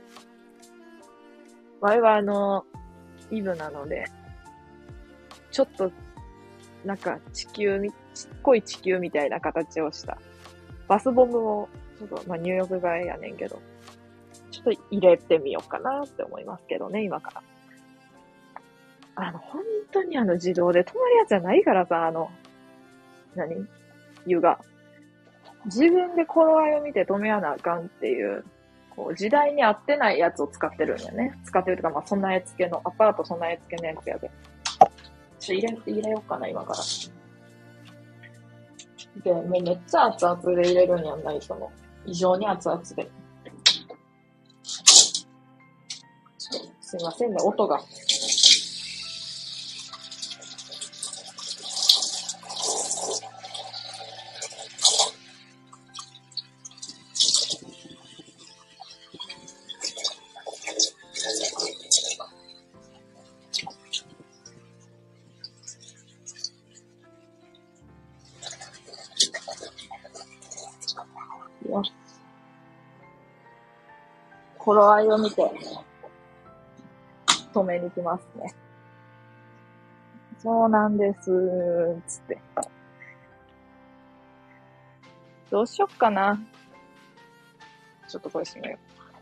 A: う。わいはイブなので、ちょっと、なんかちっこい地球みたいな形をしたバスボムを、ちょっと、まあ、入浴剤やねんけど、ちょっと入れてみようかなって思いますけどね、今から。本当に自動で止まるやつじゃないからさ、湯が。自分で頃合いを見て止めやなあかんっていう、こう、時代に合ってないやつを使ってるんやね。使ってるとか、まあ、備え付けの、アパート備え付けのやつやで。入れようかな、今から。で、もうめっちゃ熱々で入れるんやんないとも。異常に熱々で。すいませんね、音が。よし。頃合いを見て、止めに行きますね。そうなんです、つって。どうしよっかな。ちょっとこれ閉めよ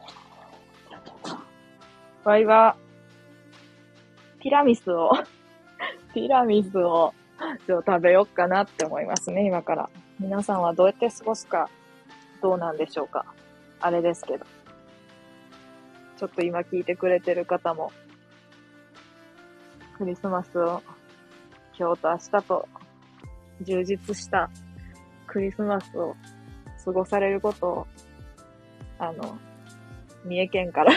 A: う。わいは、ティラミスをちょっと食べよっかなって思いますね、今から。皆さんはどうやって過ごすか、どうなんでしょうか。あれですけど。ちょっと今聞いてくれてる方も、クリスマスを今日と明日と充実したクリスマスを過ごされることを、三重県から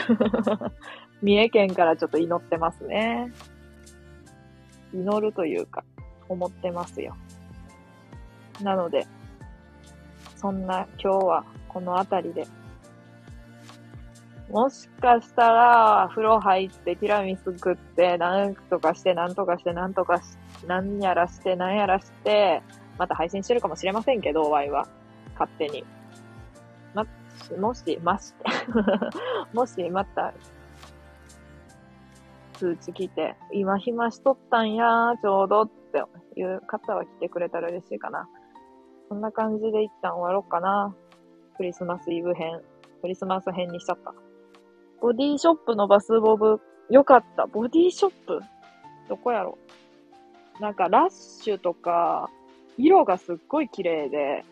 A: ちょっと祈ってますね。祈るというか、思ってますよ。なので、そんな今日はこの辺りで、もしかしたら、風呂入ってティラミス食って、なんやらして、また配信してるかもしれませんけど、ワイは。勝手に。もしまた、通知来て、今暇しとったんや、ちょうどっていう方は来てくれたら嬉しいかな。そんな感じで一旦終わろうかな。クリスマス編にしちゃった。ボディショップのバスボブ、よかった。ボディショップどこやろ？なんかラッシュとか、色がすっごい綺麗で、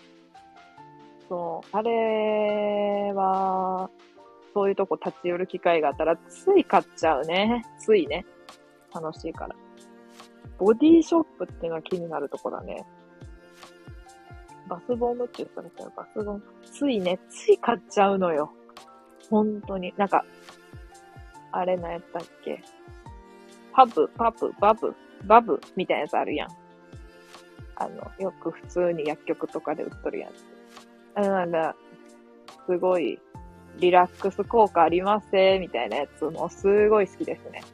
A: そう、あれは、そういうとこ立ち寄る機会があったら、つい買っちゃうね。ついね。楽しいから。ボディショップっていうのは気になるとこだね。バスボムって言ったらさ、バスボム。つい買っちゃうのよ。本当に。なんか、あれ何やったっけ？バブみたいなやつあるやん。よく普通に薬局とかで売っとるやつ。なんか、すごい、リラックス効果ありますみたいなやつもすごい好きですね。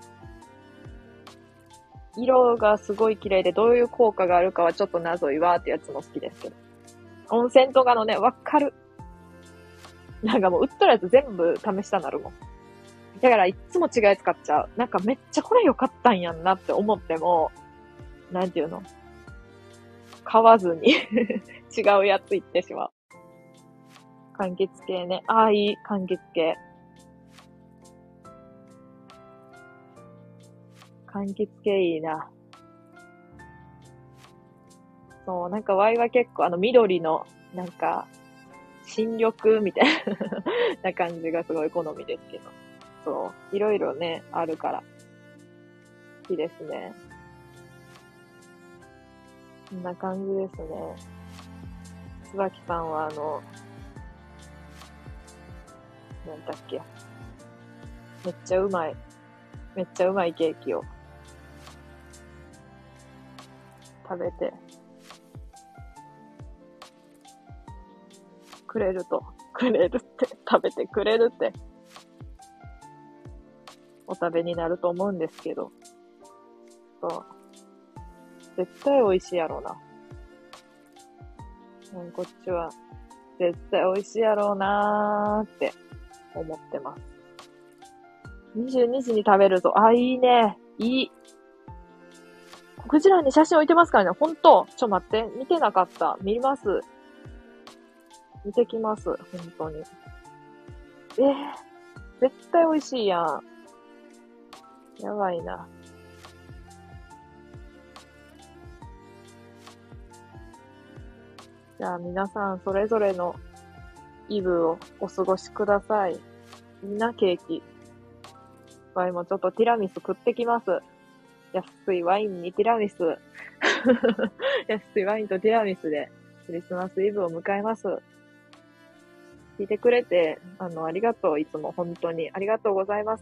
A: 色がすごい綺麗でどういう効果があるかはちょっと謎いわーってやつも好きですけど。温泉とかのね、わかる。なんかもう売っとるやつ全部試したなるもん。だからいつも違うやつ買っちゃう。なんかめっちゃこれ良かったんやんなって思っても、なんていうの？買わずに違うやつ行ってしまう。柑橘系ね。ああ、いい、柑橘系。 柑橘系いいな。そう、なんかワイは結構緑の、なんか、新緑みたいな感じがすごい好みですけど。そう、いろいろね、あるから。好きですね。こんな感じですね。椿さんはなんだっけ。めっちゃうまいケーキを食べてくれるって、食べてくれるって、お食べになると思うんですけど、そう。絶対美味しいやろうな。こっちは、絶対美味しいやろうなーって思ってます。22時に食べるぞ。あ、いいね。いい。こちらに写真置いてますからね。ほんと。待って。見てなかった。見ます。見てきます。本当に。絶対美味しいやん。やばいな。じゃあ皆さんそれぞれのイブをお過ごしください。みんなケーキ。ワイもちょっとティラミス食ってきます。安いワインにティラミス。安いワインとティラミスでクリスマスイブを迎えます。聞いてくれて、ありがとう。いつも本当にありがとうございます。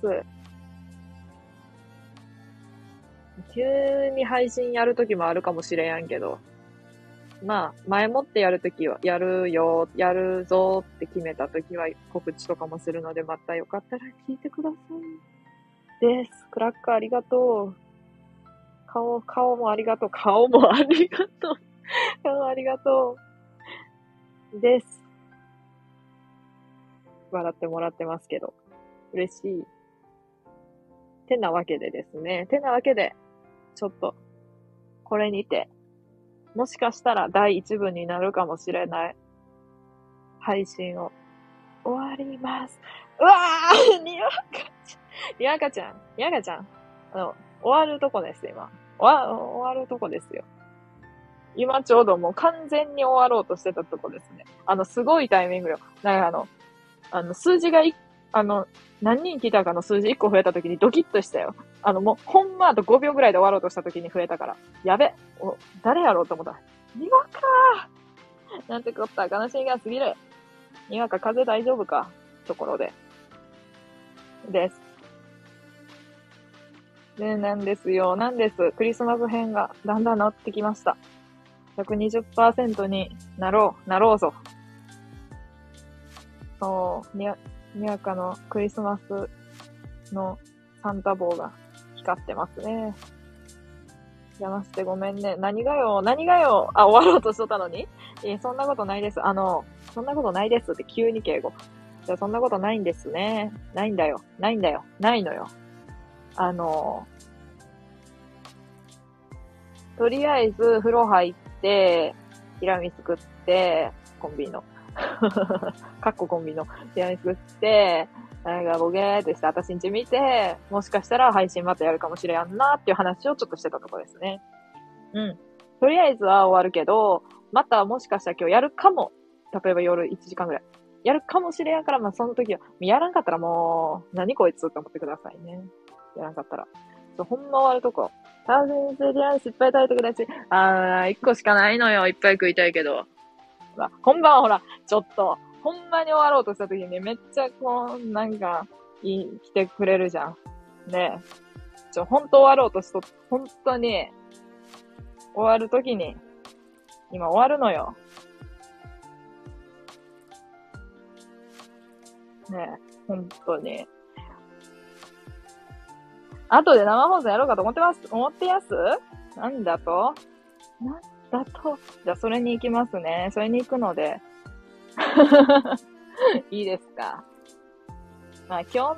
A: 急に配信やるときもあるかもしれんけど、まあ、前もってやるときは、やるぞって決めたときは告知とかもするので、またよかったら聞いてください。です。クラッカーありがとう。顔もありがとう。顔もありがとう。顔もありがとう。です。笑ってもらってますけど。嬉しい。てなわけでですね。ちょっと、これにて、もしかしたら第1部になるかもしれない配信を終わります。うわーにわかちゃん。終わるとこです、今。終わるとこですよ。今ちょうどもう完全に終わろうとしてたとこですね。すごいタイミングよ。なんか数字が何人来たかの数字1個増えた時にドキッとしたよ。もう、ほんまあと5秒ぐらいで終わろうとした時に増えたから。やべ。誰やろうと思った。にわかーなんてこった。悲しみが過ぎる。にわか風邪大丈夫かところで。です。で、なんです。クリスマス編がだんだん治ってきました。120% になろうぞ。そう、にわかのクリスマスのサンタ帽が光ってますね。邪魔してごめんね。何がよ。あ、終わろうとしとったのにそんなことないです。そんなことないですって急に敬語。じゃあそんなことないんですね。ないのよ。とりあえず風呂入って、ティラミス食って、コンビニの。かっこコンビニのティラミス食って、なんかボゲーってして私んち見て、もしかしたら配信またやるかもしれんなっていう話をちょっとしてたとこですね。うん。とりあえずは終わるけど、またもしかしたら今日やるかも。例えば夜1時間ぐらい。やるかもしれんから、まあその時は、やらんかったらもう、何こいつって思ってくださいね。やらんかったら。ほんま終わるとこ。タージンセリアンスいっぱい食べてください。1個しかないのよ。いっぱい食いたいけど。本番はほら、ちょっと、ほんまに終わろうとした時にめっちゃなんか、来てくれるじゃん。ねえ。ほんと終わろうとしと、本当に、終わる時に、今終わるのよ。ねえ、本当に。後で生放送やろうかと思ってやすなんだと。じゃあ、それに行きますね。それに行くので。いいですか。まあ、今日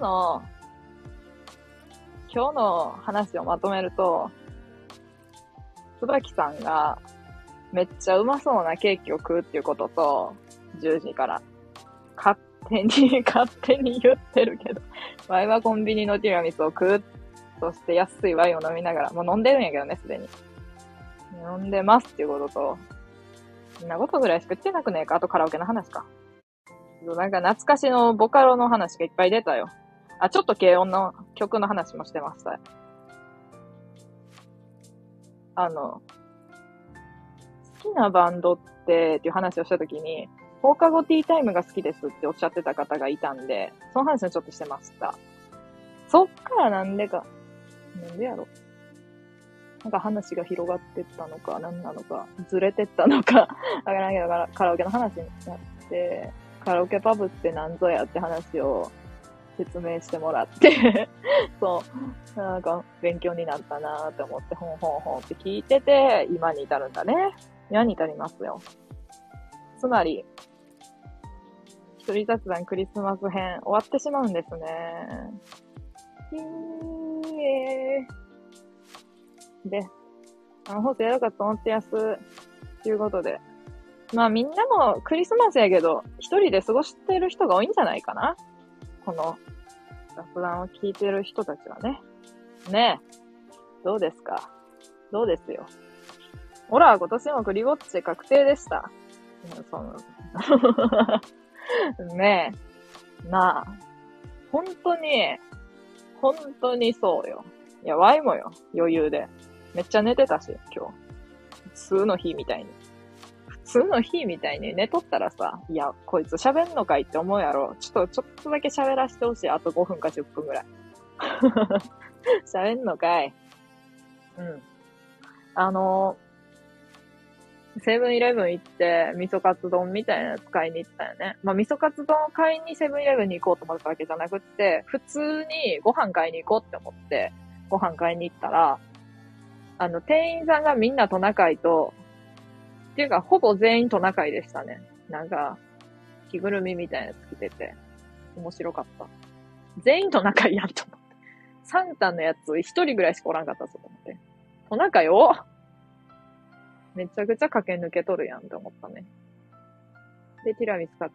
A: の話をまとめると、椿さんがめっちゃうまそうなケーキを食うっていうことと、10時から。勝手に言ってるけど、ワイはコンビニのティラミスを食うっそして安いワインを飲みながら、もう飲んでるんやけどね、すでに。飲んでますっていうことと、そんなことぐらいしか言ってなくねえか。あとカラオケの話か。なんか懐かしのボカロの話がいっぱい出たよ。あ、ちょっと軽音の曲の話もしてました。好きなバンドっていう話をしたときに、放課後ティータイムが好きですっておっしゃってた方がいたんで、その話をちょっとしてました。そっからなんでやろ。なんか話が広がってったのか、何なのか、ずれてったのか、わからんけど、カラオケの話になって、カラオケパブって何ぞやって話を説明してもらって、そう、なんか勉強になったなーって思って、ほんって聞いてて、今に至るんだね。今に至りますよ。つまり、一人雑談クリスマス編終わってしまうんですね。で、放送やろうかと思ってやす、ということで。まあみんなもクリスマスやけど、一人で過ごしてる人が多いんじゃないかな。この雑談を聞いてる人たちはね。ねえ。どうですか？どうですよ。ほら、今年もクリぼっち確定でした。ねえ。なあ。本当にそうよ。いや、ワイもよ。余裕で。めっちゃ寝てたし、今日。普通の日みたいに寝とったらさ、いや、こいつ喋んのかいって思うやろ。ちょっとだけ喋らせてほしい。あと5分か10分ぐらい。喋んのかい。うん。セブンイレブン行って、味噌カツ丼みたいなやつ買いに行ったよね。まあ、味噌カツ丼を買いにセブンイレブンに行こうと思ったわけじゃなくって、普通にご飯買いに行こうって思って、ご飯買いに行ったら、店員さんがみんなトナカイと、っていうか、ほぼ全員トナカイでしたね。なんか、着ぐるみみたいなやつ着てて、面白かった。全員トナカイやんと思って。サンタのやつ一人ぐらいしかおらんかったぞと思って。トナカイをめちゃくちゃ駆け抜けとるやんって思ったね。で、ティラミス買って、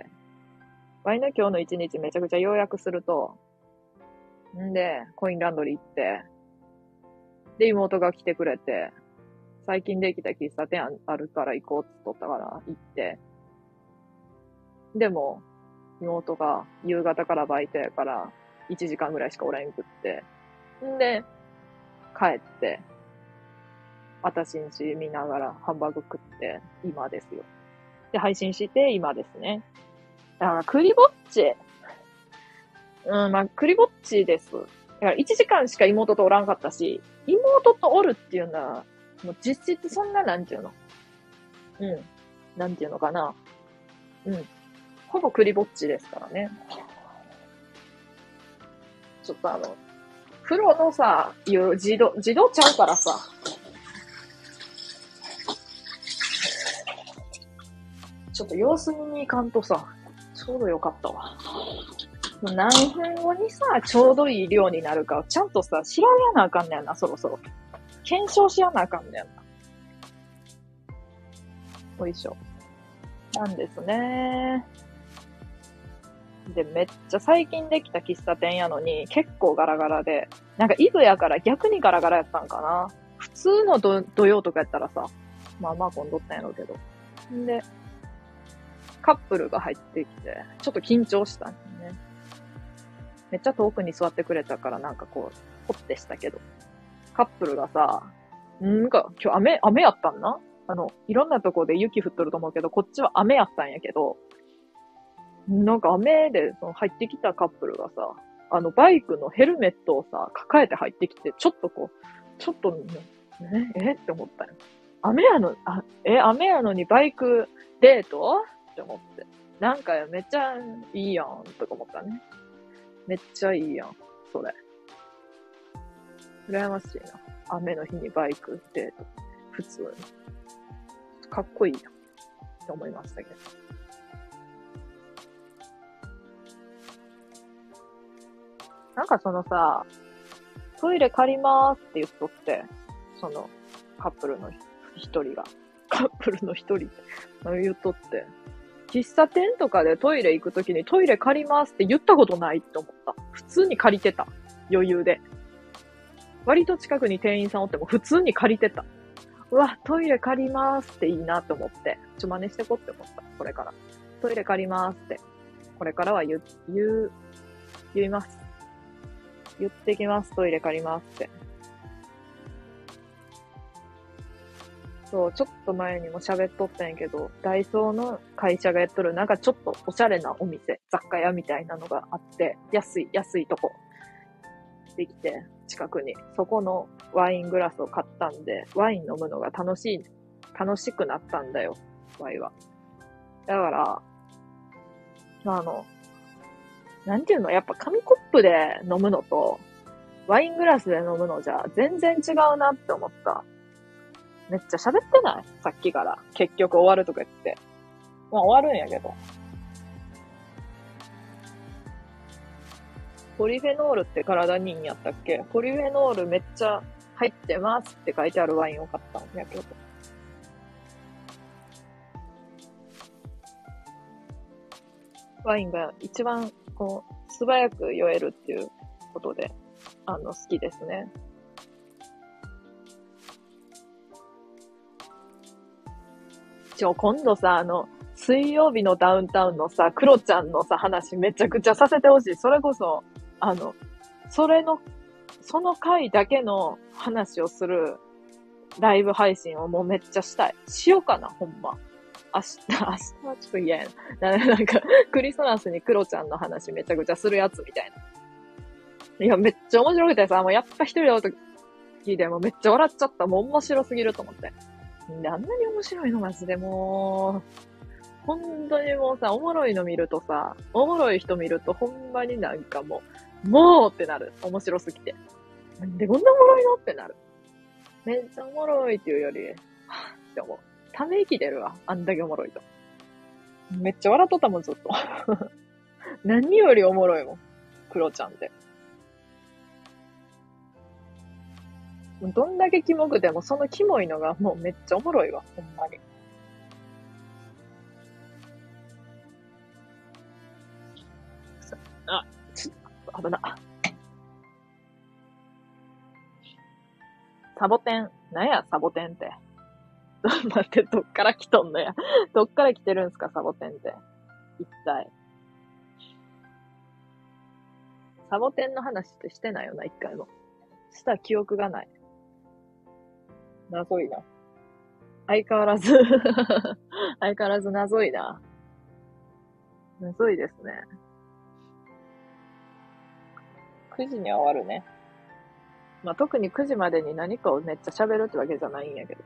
A: ワイの今日の一日めちゃくちゃ要約すると、んで、コインランドリー行って、で、妹が来てくれて、最近できた喫茶店あるから行こうって言っとったから行って、でも、妹が夕方からバイトやから1時間ぐらいしかおらんくって、んで、帰って、私んち見ながらハンバーグ食って、今ですよ。で、配信して今ですね。だから、クリぼっち。まあ、クリぼっちです。だから1時間しか妹とおらんかったし、妹とおるっていうのは、もう実質そんななんていうの。なんていうのかな。ほぼクリぼっちですからね。ちょっと風呂のさ、自動ちゃうからさ。ちょっと様子見に行かんとさ、ちょうどよかったわ。何分後にさ、ちょうどいい量になるかをちゃんとさ、調べやなあかんねやな、そろそろ。検証しやなあかんねやな。よいしょ。なんですね。で、めっちゃ最近できた喫茶店やのに、結構ガラガラで、なんかイブやから逆にガラガラやったんかな。普通の土曜とかやったらさ、まあ混んどったんやろうけど。んで、カップルが入ってきて、ちょっと緊張したんね。めっちゃ遠くに座ってくれたからなんかこう、ほってしたけど。カップルがさ、なんか今日雨やったんな？いろんなとこで雪降っとると思うけど、こっちは雨やったんやけど、なんか雨で入ってきたカップルがさ、バイクのヘルメットをさ、抱えて入ってきて、ちょっとって思ったよ。雨やのにバイクデートって思って。なんかめっちゃいいやん、とか思ったね。めっちゃいいやん、それ。羨ましいな。雨の日にバイクデート。普通に。かっこいいやん。って思いましたけど。なんかさ、トイレ借りまーすって言っとって、カップルの一人って言っとって、喫茶店とかでトイレ行くときにトイレ借りますって言ったことないって思った。普通に借りてた。余裕で。 割と近くに店員さんおっても普通に借りてた。うわ、トイレ借りますっていいなって思って。真似してこって思った。これから。トイレ借りますって。これからは言います。言ってきます。トイレ借りますって。そう、ちょっと前にも喋っとったんやけど、ダイソーの会社がやっとる、なんかちょっとおしゃれなお店、雑貨屋みたいなのがあって、安いとこ。できて、近くに。そこのワイングラスを買ったんで、ワイン飲むのが楽しくなったんだよ、ワイは。だから、なんていうの、やっぱ紙コップで飲むのと、ワイングラスで飲むのじゃ全然違うなって思った。めっちゃ喋ってない？さっきから。結局終わるとか言って。まあ終わるんやけど。ポリフェノールって体にいいんやったっけ？ポリフェノールめっちゃ入ってますって書いてあるワインを買ったんやけど。ワインが一番こう素早く酔えるっていうことで、好きですね。今度さ、水曜日のダウンタウンのさ、クロちゃんのさ、話めちゃくちゃさせてほしい。それこそ、その回だけの話をするライブ配信をもうめっちゃしたい。しようかな、ほんま。明日はちょっと嫌やな。なんか、クリスマスにクロちゃんの話めちゃくちゃするやつみたいな。いや、めっちゃ面白くてさ、もうやっぱ一人で会うときでもめっちゃ笑っちゃった。もう面白すぎると思って。で、あんなに面白いのマジでもう、本当にもうさ、おもろいの見るとさ、おもろい人見るとほんまになんかもうってなる。面白すぎて。なんでこんなおもろいのってなる。めっちゃおもろいっていうより、はぁって思う。ため息出るわ。あんだけおもろいと。めっちゃ笑っとったもん、ずっと。何よりおもろいもん。クロちゃんって。どんだけキモくても、そのキモいのがもうめっちゃおもろいわ。ほんまに。危な。サボテン。なんや、サボテンって。待って、どっから来とんのや。どっから来てるんすか、サボテンって。一体。サボテンの話ってしてないよな、一回も。した記憶がない。謎いな。相変わらず謎いな。謎いですね。9時には終わるね。まあ、特に9時までに何かをめっちゃ喋るってわけじゃないんやけど。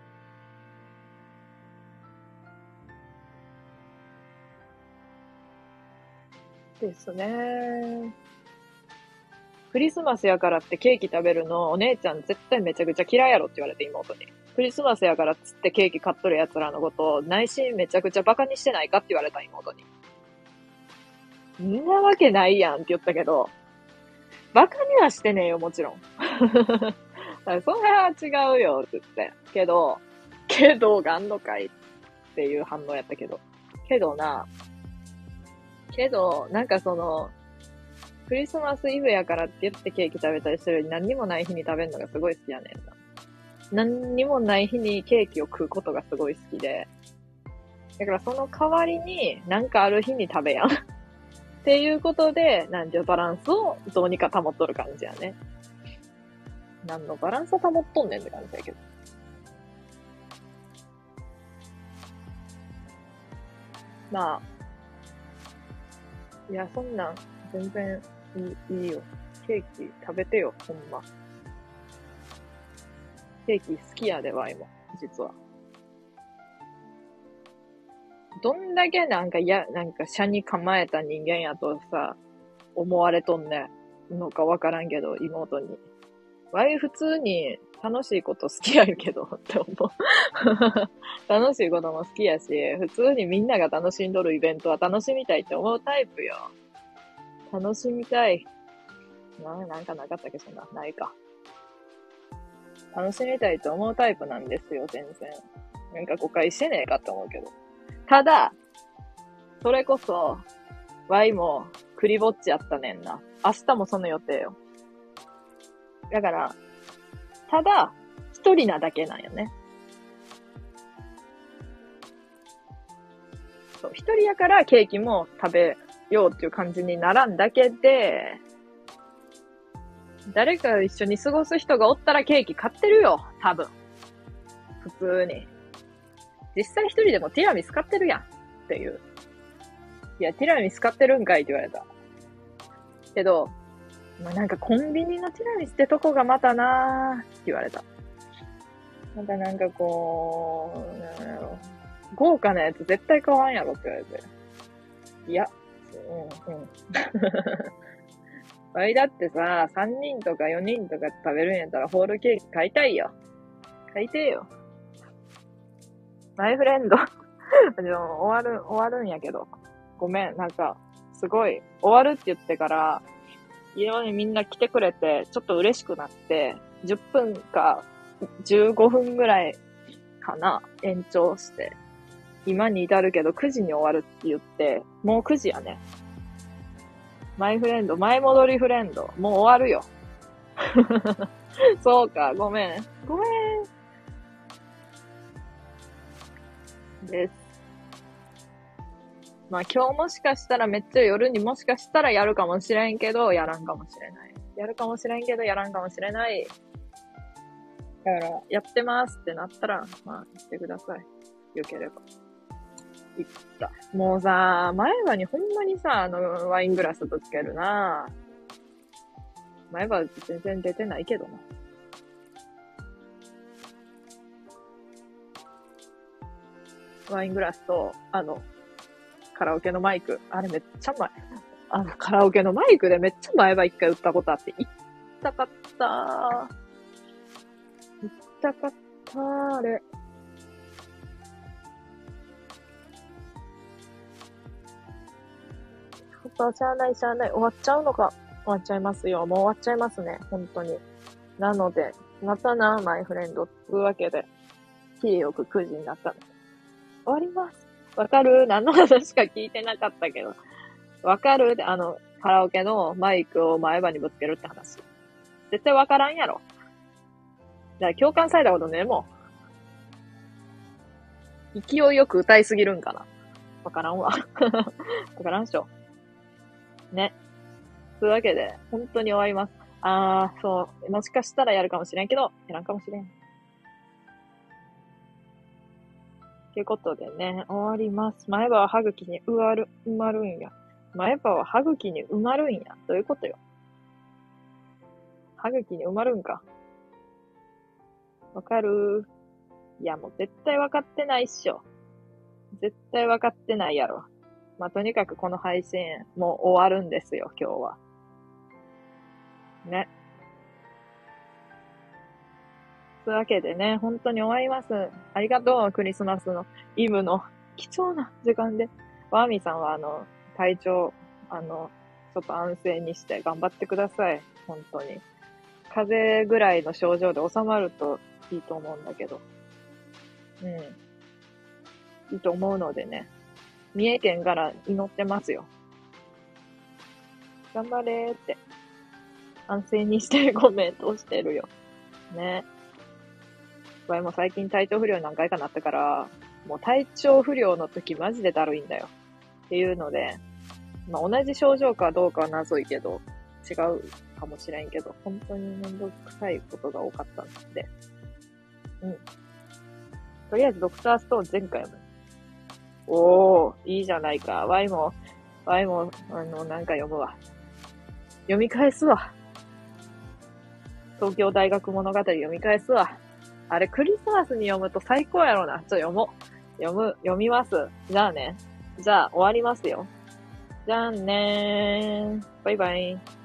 A: ですね。クリスマスやからってケーキ食べるのお姉ちゃん絶対めちゃくちゃ嫌いやろって言われて妹に。クリスマスやからっつってケーキ買っとる奴らのことを内心めちゃくちゃバカにしてないかって言われた妹に。んなわけないやんって言ったけど、バカにはしてねえよもちろん。それは違うよって言って。けどがんのかいっていう反応やったけど。なんかクリスマスイブやからって言ってケーキ食べたりするより何にもない日に食べるのがすごい好きやねんな。何にもない日にケーキを食うことがすごい好きで。だからその代わりになんかある日に食べやん。っていうことで、バランスをどうにか保っとる感じやね。何のバランスを保っとんねんって感じだけど。まあ。いや、そんなん全然いいよ。ケーキ食べてよ、ほんま。ケーキ好きやで、ワイも。実は。どんだけなんか車に構えた人間やとさ、思われとんねんのかわからんけど、妹に。ワイ普通に楽しいこと好きやけどって思う。楽しいことも好きやし、普通にみんなが楽しんどるイベントは楽しみたいって思うタイプよ。楽しみたい。なんかなかったっけ、そんな。ないか。楽しみたいと思うタイプなんですよ、全然。なんか誤解してねえかって思うけど。ただ、それこそ、ワイもクリぼっちやったねんな。明日もその予定よ。だから、 ただ、一人なだけなんよね。そう、一人やからケーキも食べようっていう感じにならんだけで、誰か一緒に過ごす人がおったらケーキ買ってるよ、多分。普通に。実際一人でもティラミス買ってるやんっていう。いや、ティラミス買ってるんかいって言われた。けど、まあ、なんかコンビニのティラミスってとこがまたなーって言われた。またなんかこう、なんやろ。豪華なやつ絶対買わんやろって言われて。いや、わいだってさ、3人とか4人とか食べるんやったらホールケーキ買いたいよ。買いてえよ。マイフレンドでも終わるんやけど。ごめん、なんか、すごい、終わるって言ってから、家にみんな来てくれて、ちょっと嬉しくなって、10分か15分ぐらいかな、延長して。今に至るけど9時に終わるって言って、もう9時やね。マイフレンド、前戻りフレンド、もう終わるよ。そうか、ごめん。ごめん。です。まあ今日もしかしたらめっちゃ夜にもしかしたらやるかもしれんけど、やらんかもしれない。やるかもしれんけど、やらんかもしれない。だから、やってますってなったら、まあ、言ってください。よければ。いった。もうさ、前歯にほんまにさ、ワイングラスとつけるな。前歯全然出てないけどな。ワイングラスと、カラオケのマイク。あれめっちゃ前。カラオケのマイクでめっちゃ前歯一回打ったことあって、行ったかった行ったかったあれ。しゃあない。終わっちゃうのか。終わっちゃいますよ。もう終わっちゃいますね。本当に。なので、またな、マイフレンド。というわけで、切りよく9時になったので。終わります。わかる？何の話か聞いてなかったけど。わかる？カラオケのマイクを前歯にぶつけるって話。絶対わからんやろ。じゃあ共感されたことねえもん。勢いよく歌いすぎるんかな。わからんわ。わからんっしょ。ね。というわけで、本当に終わります。そう。もしかしたらやるかもしれんけど、やらんかもしれん。ということでね、終わります。前歯は歯茎に埋まるんや。前歯は歯茎に埋まるんや。どういうことよ。歯茎に埋まるんか。わかる？いや、もう絶対わかってないっしょ。絶対わかってないやろ。まあ、とにかくこの配信、もう終わるんですよ、今日は。ね。というわけでね、本当に終わります。ありがとう、クリスマスのイブの貴重な時間で。ワーミーさんは体調、ちょっと安静にして頑張ってください。本当に。風邪ぐらいの症状で収まるといいと思うんだけど。いいと思うのでね。三重県から祈ってますよ。頑張れーって。安静にしてコメントをしてるよ。ね。わいも最近体調不良に何回かなったから、もう体調不良の時マジでだるいんだよ。っていうので、まあ同じ症状かどうかは謎いけど、違うかもしれんけど、本当にめんどくさいことが多かったんで。とりあえずドクターストーン前回も。おー、いいじゃないか。ワイも、なんか読むわ。読み返すわ。東京大学物語読み返すわ。あれ、クリスマスに読むと最高やろな。読みます。じゃあね。じゃあ、終わりますよ。じゃあねー。バイバイ。